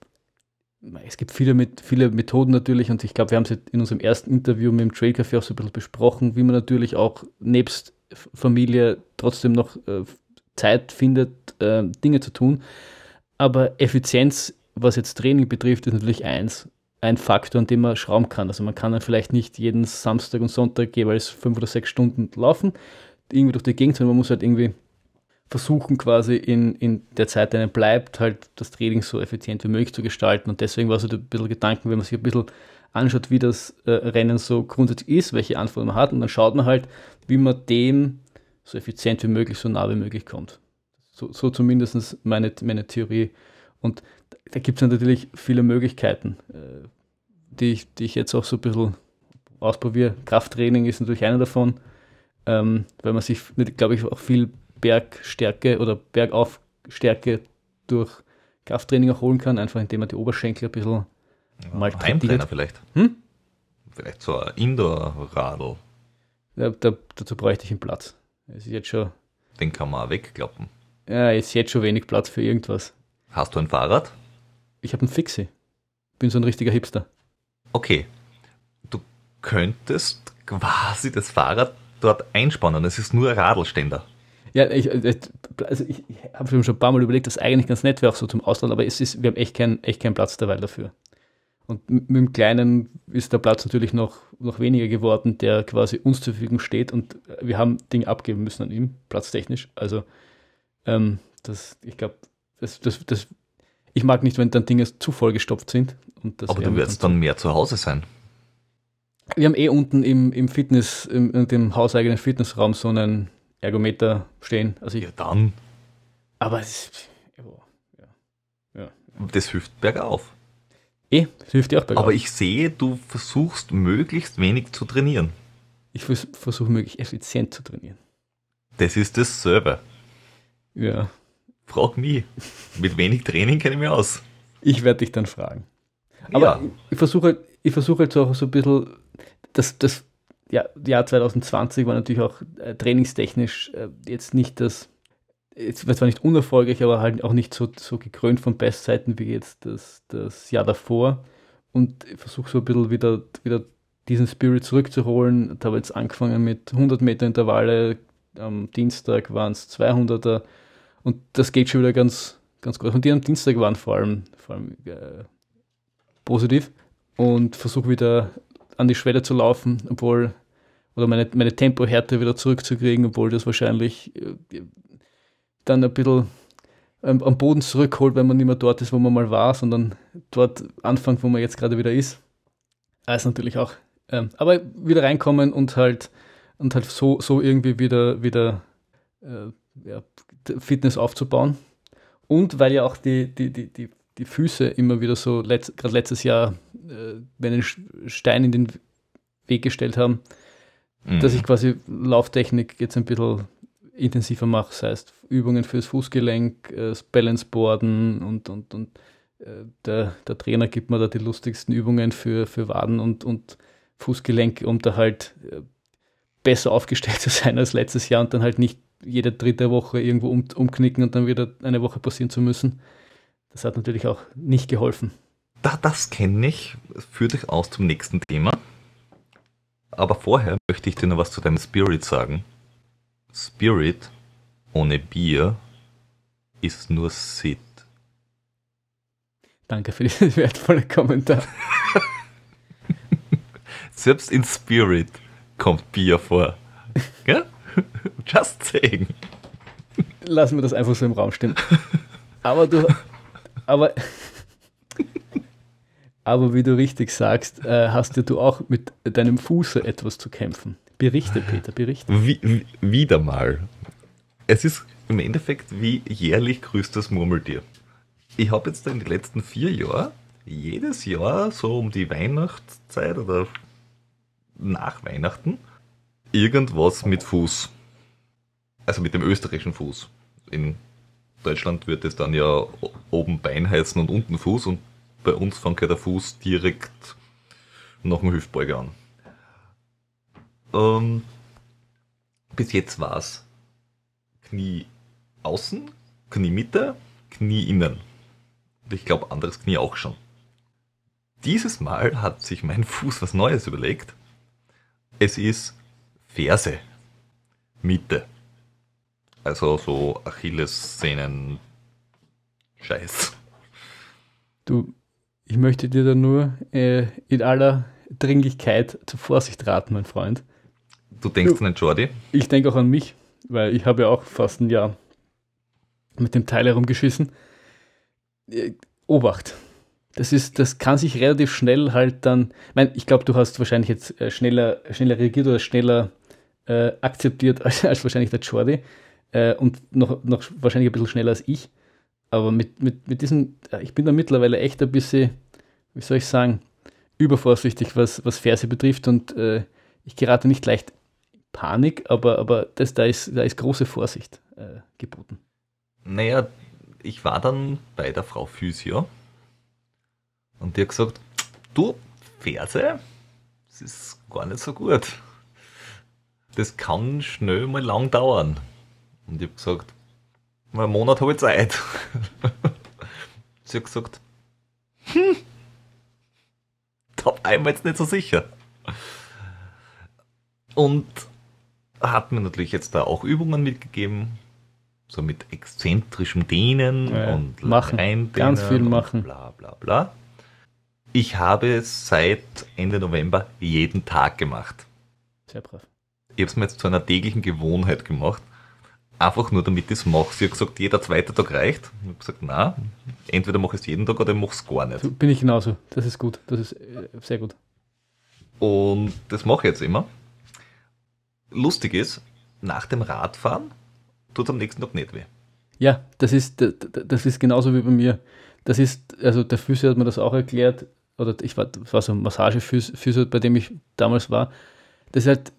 [SPEAKER 1] es gibt viele, mit, viele Methoden natürlich und ich glaube, wir haben es in unserem ersten Interview mit dem Trail Café auch so ein bisschen besprochen, wie man natürlich auch nebst Familie trotzdem noch äh, Zeit findet, äh, Dinge zu tun. Aber Effizienz, was jetzt Training betrifft, ist natürlich eins, ein Faktor, an dem man schrauben kann. Also man kann dann vielleicht nicht jeden Samstag und Sonntag jeweils fünf oder sechs Stunden laufen, irgendwie durch die Gegend, sondern man muss halt irgendwie versuchen quasi in, in der Zeit, die einem bleibt, halt das Training so effizient wie möglich zu gestalten. Und deswegen war so ein bisschen Gedanken, wenn man sich ein bisschen anschaut, wie das äh, Rennen so grundsätzlich ist, welche Anforderungen man hat, und dann schaut man halt, wie man dem so effizient wie möglich, so nah wie möglich kommt. So, so zumindest meine, meine Theorie. Und da gibt es natürlich viele Möglichkeiten, äh, die, ich, die ich jetzt auch so ein bisschen ausprobiere. Krafttraining ist natürlich einer davon, ähm, weil man sich, glaube ich, auch viel Bergstärke oder Bergaufstärke durch Krafttraining auch holen kann, einfach indem man die Oberschenkel ein bisschen
[SPEAKER 2] Ja,
[SPEAKER 1] mal
[SPEAKER 2] Heimtrainer vielleicht.
[SPEAKER 1] Hm?
[SPEAKER 2] Vielleicht so ein Indoor-Radl.
[SPEAKER 1] Ja, da, dazu bräuchte ich einen Platz. Es ist jetzt schon,
[SPEAKER 2] Den kann man auch wegklappen.
[SPEAKER 1] ja, ist jetzt schon wenig Platz für irgendwas.
[SPEAKER 2] Hast du ein Fahrrad?
[SPEAKER 1] Ich habe einen Fixie. Bin so ein richtiger Hipster.
[SPEAKER 2] Okay. Du könntest quasi das Fahrrad dort einspannen. Es ist nur ein Radlständer.
[SPEAKER 1] Ja, ich, also ich, ich habe schon ein paar Mal überlegt, dass eigentlich ganz nett wäre, auch so zum Ausland, aber es ist, wir haben echt, kein, echt keinen Platz derweil dafür. Und mit, mit dem Kleinen ist der Platz natürlich noch, noch weniger geworden, der quasi uns zur Verfügung steht, und wir haben Dinge abgeben müssen an ihm, platztechnisch. Also, ähm, das, ich glaube, das, das, das, ich mag nicht, wenn dann Dinge zu vollgestopft sind. Und das
[SPEAKER 2] Aber du wirst dann mehr zu Hause sein.
[SPEAKER 1] Wir haben eh unten im, im Fitness, im, in dem hauseigenen Fitnessraum so einen Ergometer stehen. Also ich,
[SPEAKER 2] Ja, dann.
[SPEAKER 1] aber es ist, ja, ja.
[SPEAKER 2] Das hilft bergauf.
[SPEAKER 1] Eh, das hilft dir auch bergauf.
[SPEAKER 2] Aber ich sehe, du versuchst möglichst wenig zu trainieren.
[SPEAKER 1] Ich vers versuche möglichst effizient zu trainieren.
[SPEAKER 2] Das ist dasselbe.
[SPEAKER 1] Ja.
[SPEAKER 2] Frag mich. Mit wenig Training kenne ich mich aus.
[SPEAKER 1] Ich werde dich dann fragen. Aber
[SPEAKER 2] Ja.
[SPEAKER 1] ich, ich versuche halt, ich versuche halt so, so ein bisschen, das, das ja, Jahr zwanzig zwanzig war natürlich auch äh, trainingstechnisch äh, jetzt nicht das, jetzt war zwar nicht unerfolgreich, aber halt auch nicht so, so gekrönt von Bestzeiten wie jetzt das, das Jahr davor. Und ich versuche so ein bisschen wieder, wieder diesen Spirit zurückzuholen. Da habe jetzt angefangen mit hundert Meter Intervalle, am Dienstag waren es zweihunderter, und das geht schon wieder ganz, ganz gut. Und die am Dienstag waren vor allem, vor allem äh, positiv, und versuche wieder an die Schwelle zu laufen, obwohl, oder meine, meine Tempohärte wieder zurückzukriegen, obwohl das wahrscheinlich äh, dann ein bisschen ähm, am Boden zurückholt, wenn man nicht mehr dort ist, wo man mal war, sondern dort anfängt, wo man jetzt gerade wieder ist. Also natürlich auch, ähm, aber wieder reinkommen und halt und halt so, so irgendwie wieder, wieder äh, ja, Fitness aufzubauen. Und weil ja auch die, die, die, die die Füße immer wieder so, letzt, gerade letztes Jahr, äh, wenn einen Stein in den Weg gestellt haben, mhm. dass ich quasi Lauftechnik jetzt ein bisschen intensiver mache, das heißt Übungen fürs Fußgelenk, äh, das Balanceboarden und, und, und äh, der, der Trainer gibt mir da die lustigsten Übungen für, für Waden und, und Fußgelenk, um da halt äh, besser aufgestellt zu sein als letztes Jahr und dann halt nicht jede dritte Woche irgendwo um, umknicken und dann wieder eine Woche passieren zu müssen. Das hat natürlich auch nicht geholfen.
[SPEAKER 2] Da, das kenne ich. Das führt dich aus zum nächsten Thema. Aber vorher möchte ich dir noch was zu deinem Spirit sagen. Spirit ohne Bier ist nur Sid.
[SPEAKER 1] Danke für diesen wertvollen Kommentar.
[SPEAKER 2] Selbst in Spirit kommt Bier vor. Gell? Just saying.
[SPEAKER 1] Lassen wir das einfach so im Raum stehen. Aber du... Aber, Aber wie du richtig sagst, äh, hast ja du auch mit deinem Fuße etwas zu kämpfen. Berichte, Peter, berichte.
[SPEAKER 2] Wie, wie, wieder mal. Es ist im Endeffekt wie jährlich grüßt das Murmeltier. Ich habe jetzt in den letzten vier Jahren jedes Jahr so um die Weihnachtszeit oder nach Weihnachten irgendwas mit Fuß. Also mit dem österreichischen Fuß. In Deutschland wird es dann ja oben Bein heißen und unten Fuß und bei uns fängt ja der Fuß direkt nach dem Hüftbeuger an. Ähm, bis jetzt war es Knie außen, Knie Mitte, Knie innen. Und ich glaube, anderes Knie auch schon. Dieses Mal hat sich mein Fuß was Neues überlegt. Es ist Ferse, Mitte. Also so Achillessehnen Scheiß.
[SPEAKER 1] Du, ich möchte dir da nur äh, in aller Dringlichkeit zur Vorsicht raten, mein Freund.
[SPEAKER 2] Du denkst du, an den Jordi?
[SPEAKER 1] Ich denke auch an mich, weil ich habe ja auch fast ein Jahr mit dem Teil herumgeschissen. Äh, Obacht. Das ist, das kann sich relativ schnell halt dann, ich meine, ich glaube, du hast wahrscheinlich jetzt äh, schneller, schneller reagiert oder schneller äh, akzeptiert als, als wahrscheinlich der Jordi äh, und noch, noch wahrscheinlich ein bisschen schneller als ich. Aber mit, mit, mit diesem, ich bin da mittlerweile echt ein bisschen, wie soll ich sagen, übervorsichtig, was, was Ferse betrifft und äh, ich gerate nicht leicht in Panik, aber, aber das, da, ist, da ist große Vorsicht äh, geboten.
[SPEAKER 2] Naja, ich war dann bei der Frau Physio und die hat gesagt, du, Ferse, das ist gar nicht so gut. Das kann schnell mal lang dauern. Und ich habe gesagt, mal einen Monat habe ich Zeit. Sie hat gesagt, hm, da war ich mir jetzt nicht so sicher. Und hat mir natürlich jetzt da auch Übungen mitgegeben, so mit exzentrischem Dehnen
[SPEAKER 1] ja,
[SPEAKER 2] und
[SPEAKER 1] machen,
[SPEAKER 2] Reindehnen
[SPEAKER 1] ganz viel machen.
[SPEAKER 2] Bla bla bla. Ich habe es seit Ende November jeden Tag gemacht.
[SPEAKER 1] Sehr brav.
[SPEAKER 2] Ich habe es mir jetzt zu einer täglichen Gewohnheit gemacht. Einfach nur, damit ich es mache. Sie hat gesagt, jeder zweite Tag reicht. Ich habe gesagt, nein, entweder mache ich es jeden Tag oder ich mache es gar nicht.
[SPEAKER 1] So bin ich genauso. Das ist gut. Das ist äh, sehr gut.
[SPEAKER 2] Und das mache ich jetzt immer. Lustig ist, nach dem Radfahren tut es am nächsten Tag nicht weh.
[SPEAKER 1] Ja, das ist, das ist genauso wie bei mir. Das ist, also der Physio hat mir das auch erklärt, oder ich war, das war so ein Massagephysio, bei dem ich damals war. Das ist halt,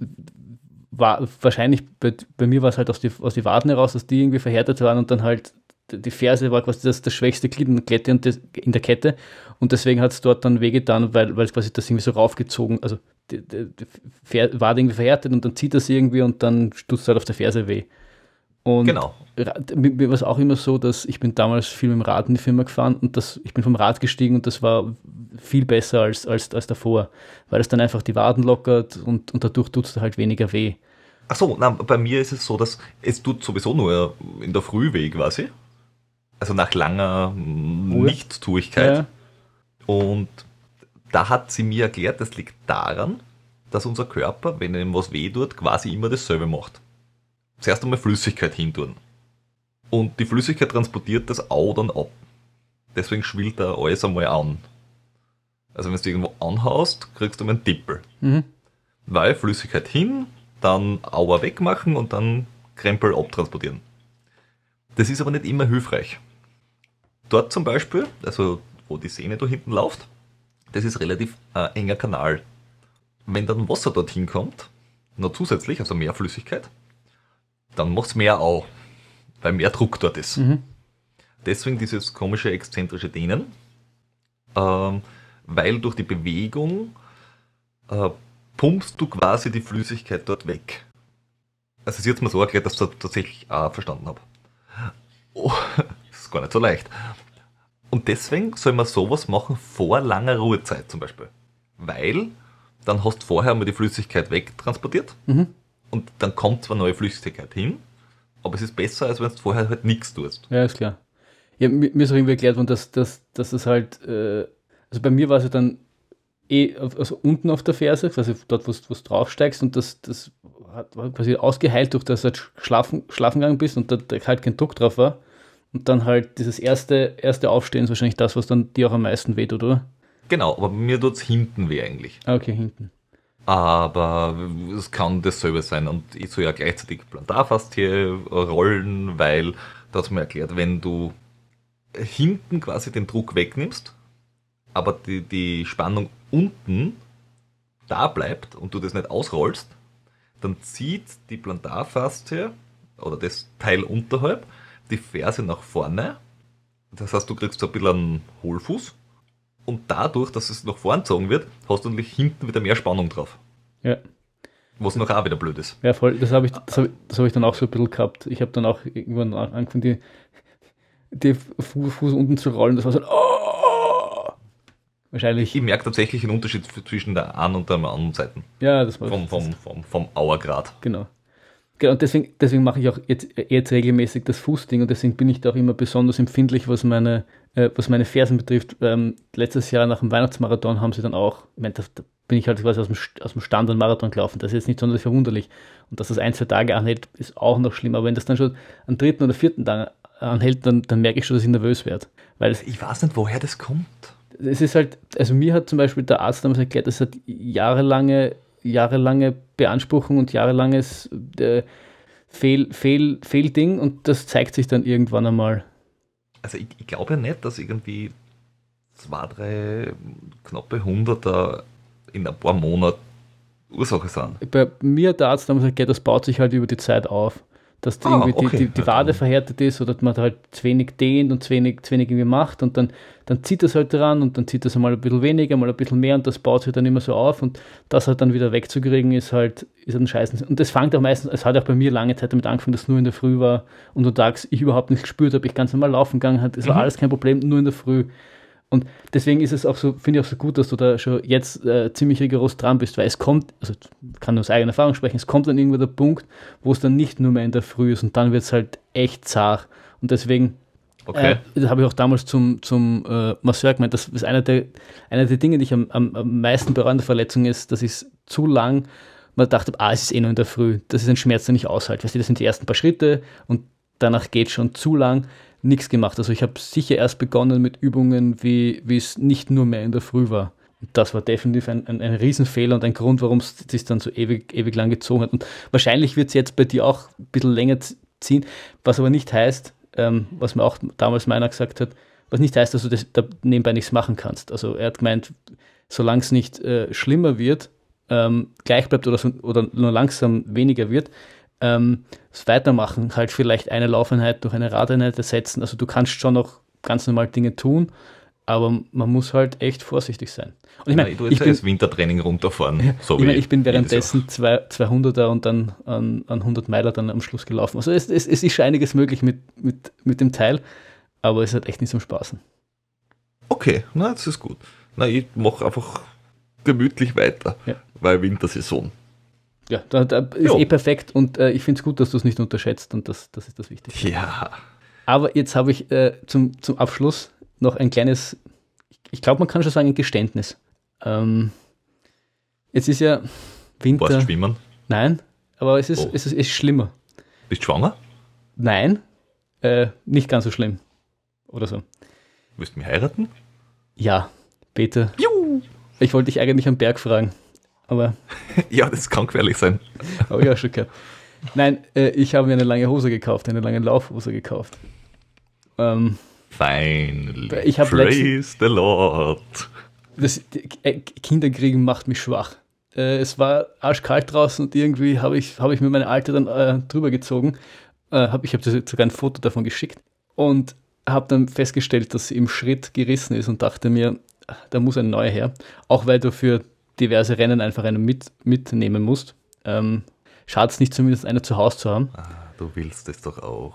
[SPEAKER 1] war wahrscheinlich, bei, bei mir war es halt aus die, aus die Waden heraus, dass die irgendwie verhärtet waren und dann halt die Ferse war quasi das, das schwächste Glied in der Kette und, das, in der Kette und deswegen hat es dort dann wehgetan, weil, weil es quasi das irgendwie so raufgezogen, also die, die, die Wade irgendwie verhärtet und dann zieht das irgendwie und dann tut es halt auf der Ferse weh. Und
[SPEAKER 2] genau.
[SPEAKER 1] Mir war es auch immer so, dass ich bin damals viel mit dem Rad in die Firma gefahren und das, ich bin vom Rad gestiegen und das war viel besser als, als, als davor, weil es dann einfach die Waden lockert und, und dadurch tut es halt weniger weh.
[SPEAKER 2] Ach so, na, bei mir ist es so, dass es tut sowieso nur in der Früh weh quasi. Also nach langer Nichtstuigkeit.
[SPEAKER 1] Ja.
[SPEAKER 2] Und da hat sie mir erklärt, das liegt daran, dass unser Körper, wenn ihm was weh tut, quasi immer dasselbe macht. Zuerst einmal Flüssigkeit hintun. Und die Flüssigkeit transportiert das Au dann ab. Deswegen schwillt da alles einmal an. Also wenn du irgendwo anhaust, kriegst du mal einen Tippel.
[SPEAKER 1] Mhm.
[SPEAKER 2] Weil Flüssigkeit hin, dann Aua wegmachen und dann Krempel abtransportieren. Das ist aber nicht immer hilfreich. Dort zum Beispiel, also wo die Sehne da hinten läuft, das ist relativ äh, enger Kanal. Wenn dann Wasser dorthin kommt, noch zusätzlich, also mehr Flüssigkeit, dann macht es mehr Au, weil mehr Druck dort ist.
[SPEAKER 1] Mhm.
[SPEAKER 2] Deswegen dieses komische exzentrische Dehnen, ähm, weil durch die Bewegung äh, pumpst du quasi die Flüssigkeit dort weg. Also sie hat es mir so erklärt, dass ich das tatsächlich auch verstanden habe. Oh, das ist gar nicht so leicht. Und deswegen soll man sowas machen vor langer Ruhezeit zum Beispiel. Weil dann hast du vorher mal die Flüssigkeit wegtransportiert.
[SPEAKER 1] Mhm.
[SPEAKER 2] Und dann kommt zwar neue Flüssigkeit hin, aber es ist besser, als wenn du vorher halt nichts tust.
[SPEAKER 1] Ja, ist klar. Ja, mir, mir ist auch irgendwie erklärt worden, dass, dass, dass das halt, äh, also bei mir war es ja dann eh auf, also unten auf der Ferse, quasi dort, wo du draufsteigst und das, das hat war quasi ausgeheilt, durch das du halt schlafen, schlafen gegangen bist und da, da halt kein Druck drauf war. Und dann halt dieses erste, erste Aufstehen ist wahrscheinlich das, was dann dir auch am meisten wehtut, oder?
[SPEAKER 2] Genau, aber bei mir tut es hinten weh eigentlich.
[SPEAKER 1] Okay, hinten.
[SPEAKER 2] Aber es kann dasselbe sein. Und ich soll ja gleichzeitig Plantarfaszie rollen, weil, da hat es mir erklärt, wenn du hinten quasi den Druck wegnimmst, aber die, die Spannung unten da bleibt und du das nicht ausrollst, dann zieht die Plantarfaszie oder das Teil unterhalb die Ferse nach vorne. Das heißt, du kriegst so ein bisschen einen Hohlfuß. Und dadurch, dass es nach vorn gezogen wird, hast du natürlich hinten wieder mehr Spannung drauf.
[SPEAKER 1] Ja.
[SPEAKER 2] Was noch auch wieder blöd ist.
[SPEAKER 1] Ja, voll. Das habe ich, das hab ich, das hab ich dann auch so ein bisschen gehabt. Ich habe dann auch irgendwann angefangen, die, die Fuß, Fuß unten zu rollen. Das war so, oh! Wahrscheinlich.
[SPEAKER 2] Ich merke tatsächlich einen Unterschied zwischen der einen und der anderen Seite.
[SPEAKER 1] Ja, das war
[SPEAKER 2] Vom, vom, vom, vom Auergrad.
[SPEAKER 1] Genau. Genau, und deswegen, deswegen mache ich auch jetzt, jetzt regelmäßig das Fußding und deswegen bin ich da auch immer besonders empfindlich, was meine, äh, was meine Fersen betrifft. Ähm, letztes Jahr nach dem Weihnachtsmarathon haben sie dann auch, ich meine, da, da bin ich halt quasi aus dem, aus dem Stand an Marathon gelaufen. Das ist jetzt nicht sonderlich verwunderlich. Und dass das ein, zwei Tage anhält, ist auch noch schlimm. Aber wenn das dann schon am dritten oder vierten Tag anhält, dann, dann merke ich schon, dass ich nervös werde. Weil es,
[SPEAKER 2] ich weiß nicht, woher das kommt.
[SPEAKER 1] Es ist halt, also mir hat zum Beispiel der Arzt damals erklärt, das hat jahrelange jahrelange Beanspruchung und jahrelanges äh, Fehl, Fehl, Fehlding und das zeigt sich dann irgendwann einmal.
[SPEAKER 2] Also ich, ich glaube ja nicht, dass irgendwie zwei, drei knappe Hunderter in ein paar Monaten Ursache sind.
[SPEAKER 1] Bei mir hat der Arzt damals gesagt, das baut sich halt über die Zeit auf. Dass die,
[SPEAKER 2] ah,
[SPEAKER 1] irgendwie
[SPEAKER 2] okay.
[SPEAKER 1] die, die, die Wade verhärtet ist oder dass man halt zu wenig dehnt und zu wenig, zu wenig irgendwie macht und dann, dann zieht das halt dran und dann zieht das einmal ein bisschen weniger, mal ein bisschen mehr und das baut sich dann immer so auf und das halt dann wieder wegzukriegen ist halt, ist halt ein Scheißen. Und das fängt auch meistens, es hat auch bei mir lange Zeit damit angefangen, dass es nur in der Früh war und untertags ich überhaupt nichts gespürt habe, ich ganz normal laufen gegangen habe, es war mhm. alles kein Problem, nur in der Früh. Und deswegen ist es auch so, finde ich auch so gut, dass du da schon jetzt äh, ziemlich rigoros dran bist, weil es kommt, also ich kann nur aus eigener Erfahrung sprechen, es kommt dann irgendwo der Punkt, wo es dann nicht nur mehr in der Früh ist und dann wird es halt echt zart. Und deswegen
[SPEAKER 2] okay.
[SPEAKER 1] äh, das habe ich auch damals zum, zum äh, Masseur gemeint, das ist einer der, einer der Dinge, die ich am, am, am meisten bereue an der Verletzung ist, dass ich es zu lang, man dachte, ah, es ist eh nur in der Früh, das ist ein Schmerz, der nicht aushält. Weißt du, das sind die ersten paar Schritte und danach geht schon zu lang. Nichts gemacht. Also ich habe sicher erst begonnen mit Übungen, wie wie es nicht nur mehr in der Früh war. Und das war definitiv ein, ein, ein Riesenfehler und ein Grund, warum es sich dann so ewig, ewig lang gezogen hat. Und wahrscheinlich wird es jetzt bei dir auch ein bisschen länger ziehen, was aber nicht heißt, ähm, was mir auch damals meiner gesagt hat, was nicht heißt, dass du das da nebenbei nichts machen kannst. Also er hat gemeint, solange es nicht äh, schlimmer wird, ähm, gleich bleibt oder, so, oder nur langsam weniger wird, Ähm, das Weitermachen, halt vielleicht eine Laufeinheit durch eine Radeinheit ersetzen. Also du kannst schon noch ganz normal Dinge tun, aber man muss halt echt vorsichtig sein. Und ich meine,
[SPEAKER 2] ja, ich tue jetzt
[SPEAKER 1] ich bin,
[SPEAKER 2] das Wintertraining runterfahren.
[SPEAKER 1] Ja,
[SPEAKER 2] so
[SPEAKER 1] ich,
[SPEAKER 2] wie
[SPEAKER 1] mein, ich bin währenddessen zwei, zweihunderter und dann an, an hundert Meiler dann am Schluss gelaufen. Also es, es, es ist schon einiges möglich mit, mit, mit dem Teil, aber es hat echt nicht zum Spaßen.
[SPEAKER 2] Okay, na, das ist gut. Na, ich mache einfach gemütlich weiter,
[SPEAKER 1] ja.
[SPEAKER 2] weil Wintersaison.
[SPEAKER 1] Ja, da, da ist jo. eh perfekt und äh, ich finde es gut, dass du es nicht unterschätzt und das, das ist das Wichtigste.
[SPEAKER 2] Ja.
[SPEAKER 1] Aber jetzt habe ich äh, zum, zum Abschluss noch ein kleines, ich glaube, man kann schon sagen, ein Geständnis. Ähm, jetzt ist ja Winter.
[SPEAKER 2] Warst du schwimmen?
[SPEAKER 1] Nein, aber es ist,
[SPEAKER 2] oh.
[SPEAKER 1] es ist, es ist schlimmer.
[SPEAKER 2] Bist du schwanger?
[SPEAKER 1] Nein, äh, nicht ganz so schlimm. Oder so.
[SPEAKER 2] Willst du mich heiraten?
[SPEAKER 1] Ja, Peter.
[SPEAKER 2] Juhu.
[SPEAKER 1] Ich wollte dich eigentlich am Berg fragen. Aber
[SPEAKER 2] ja, das kann gefährlich sein.
[SPEAKER 1] Habe ich auch schon gehört. Nein, äh, ich habe mir eine lange Hose gekauft, eine lange Laufhose gekauft. Ähm,
[SPEAKER 2] Finally,
[SPEAKER 1] ich
[SPEAKER 2] praise
[SPEAKER 1] letzten,
[SPEAKER 2] the Lord.
[SPEAKER 1] Das äh, Kinderkriegen macht mich schwach. Äh, es war arschkalt draußen und irgendwie habe ich, hab ich mir meine Alte dann äh, drüber gezogen. Äh, hab, ich habe sogar ein Foto davon geschickt und habe dann festgestellt, dass sie im Schritt gerissen ist und dachte mir, da muss ein neuer her. Auch weil du für diverse Rennen einfach einen mit, mitnehmen musst. Ähm, Schadet es nicht, zumindest eine zu Hause zu haben.
[SPEAKER 2] Ah, du willst es doch auch.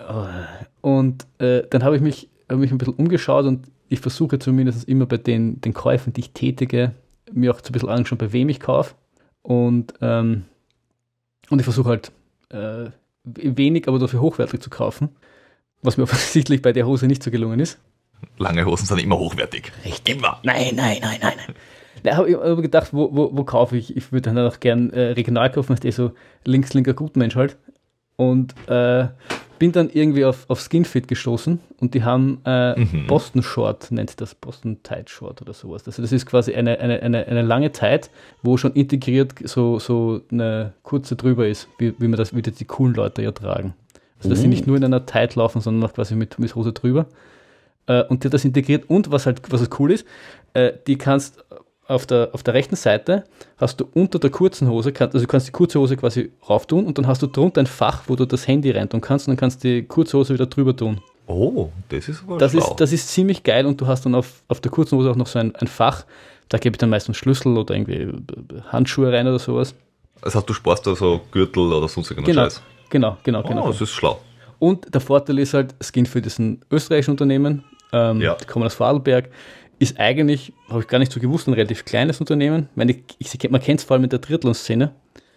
[SPEAKER 1] Und äh, dann habe ich mich, hab mich ein bisschen umgeschaut und ich versuche zumindest immer bei den, den Käufen, die ich tätige, mir auch so ein bisschen anschauen, bei wem ich kaufe. Und, ähm, und ich versuche halt äh, wenig, aber dafür hochwertig zu kaufen, was mir offensichtlich bei der Hose nicht so gelungen ist.
[SPEAKER 2] Lange Hosen sind immer hochwertig.
[SPEAKER 1] Richtig. Immer. Nein, nein, nein, nein, nein. Da habe ich aber gedacht, wo, wo, wo kaufe ich? Ich würde dann auch gern äh, regional kaufen, ist eh so links, linker Gutmensch halt. Und äh, bin dann irgendwie auf, auf Skinfit gestoßen und die haben äh,
[SPEAKER 2] Mhm.
[SPEAKER 1] Boston Short, nennt sich das Boston Tide Short oder sowas. Also das ist quasi eine, eine, eine, eine lange Tide, wo schon integriert so, so eine kurze drüber ist, wie, wie man das, wie das die coolen Leute ja tragen. Also dass sie
[SPEAKER 3] Oh.
[SPEAKER 1] nicht nur in einer Tide laufen, sondern auch quasi mit, mit Hose drüber. Äh, und die hat das integriert und was halt, was halt cool ist, äh, die kannst auf der, auf der rechten Seite hast du unter der kurzen Hose, kann, also du kannst die kurze Hose quasi rauf tun und dann hast du drunter ein Fach, wo du das Handy reintun kannst und dann kannst du die kurze Hose wieder drüber tun.
[SPEAKER 2] Oh, das ist aber
[SPEAKER 1] Das
[SPEAKER 2] schlau.
[SPEAKER 1] ist, das ist ziemlich geil und du hast dann auf, auf der kurzen Hose auch noch so ein, ein Fach, da gebe ich dann meistens Schlüssel oder irgendwie Handschuhe rein oder sowas.
[SPEAKER 2] Das heißt, du sparst da so Gürtel oder sonst irgendeinen
[SPEAKER 1] Genau,
[SPEAKER 2] Scheiß.
[SPEAKER 1] genau, genau,
[SPEAKER 2] Oh,
[SPEAKER 1] genau.
[SPEAKER 2] das ist schlau.
[SPEAKER 1] Und der Vorteil ist halt, Skinfit ist ein österreichisches Unternehmen, ähm,
[SPEAKER 2] Ja.
[SPEAKER 1] die kommen aus Vorarlberg, ist eigentlich, habe ich gar nicht so gewusst, ein relativ kleines Unternehmen. Ich meine, ich, ich, man kennt es vor allem in der Triathlon-Szene.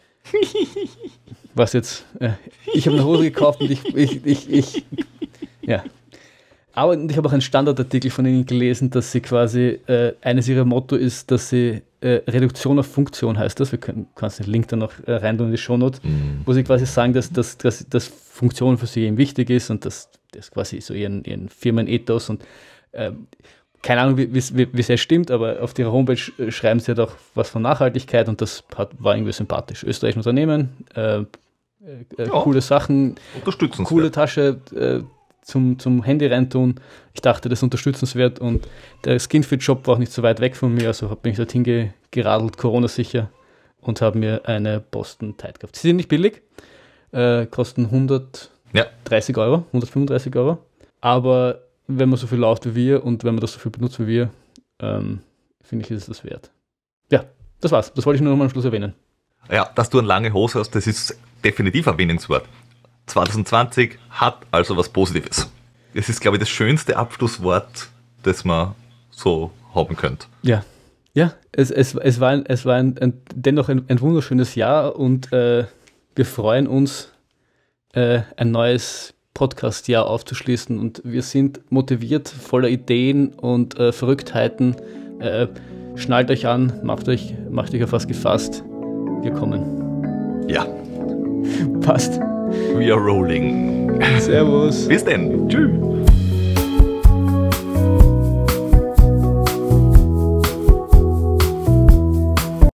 [SPEAKER 1] Was jetzt, äh, ich habe eine Hose gekauft und ich, ich, ich, ich ja. Aber und ich habe auch einen Standardartikel von ihnen gelesen, dass sie quasi, äh, eines ihrer Motto ist, dass sie äh, Reduktion auf Funktion heißt das. Wir können, kannst den Link dann noch äh, rein tun in die Shownote,
[SPEAKER 2] Mhm.
[SPEAKER 1] wo sie quasi sagen, dass, dass, dass, dass Funktion für sie eben wichtig ist und dass das quasi so ihren, ihren Firmenethos und ähm, keine Ahnung, wie es wie, wie stimmt, aber auf ihrer Homepage äh, schreiben sie halt auch was von Nachhaltigkeit und das hat, war irgendwie sympathisch. Österreichisches Unternehmen, äh, äh, äh,
[SPEAKER 2] Ja.
[SPEAKER 1] coole Sachen,
[SPEAKER 2] Unterstützenswert.
[SPEAKER 1] coole Tasche äh, zum, zum Handy reintun. Ich dachte, das ist unterstützenswert und der Skinfit-Shop war auch nicht so weit weg von mir, also bin ich dorthin ge geradelt, Corona-sicher und habe mir eine Boston Tide gekauft. Sie sind nicht billig, äh, kosten hundertdreißig
[SPEAKER 2] Ja.
[SPEAKER 1] Euro, hundertfünfunddreißig Euro, aber wenn man so viel läuft wie wir und wenn man das so viel benutzt wie wir, ähm, finde ich, ist es das wert. Ja, das war's. Das wollte ich nur noch mal am Schluss erwähnen.
[SPEAKER 2] Ja, dass du eine lange Hose hast, das ist definitiv erwähnenswert. zwanzig zwanzig hat also was Positives. Es ist, glaube ich, das schönste Abschlusswort, das man so haben könnte.
[SPEAKER 1] Ja, ja, es, es, es war, ein, es war ein, ein, dennoch ein, ein wunderschönes Jahr und äh, wir freuen uns, äh, ein neues Podcast-Jahr aufzuschließen und wir sind motiviert, voller Ideen und äh, Verrücktheiten. Äh, schnallt euch an, macht euch, macht euch auf was gefasst. Wir kommen.
[SPEAKER 2] Ja,
[SPEAKER 1] Passt.
[SPEAKER 2] we are rolling.
[SPEAKER 1] Servus.
[SPEAKER 2] Bis denn. Tschüss.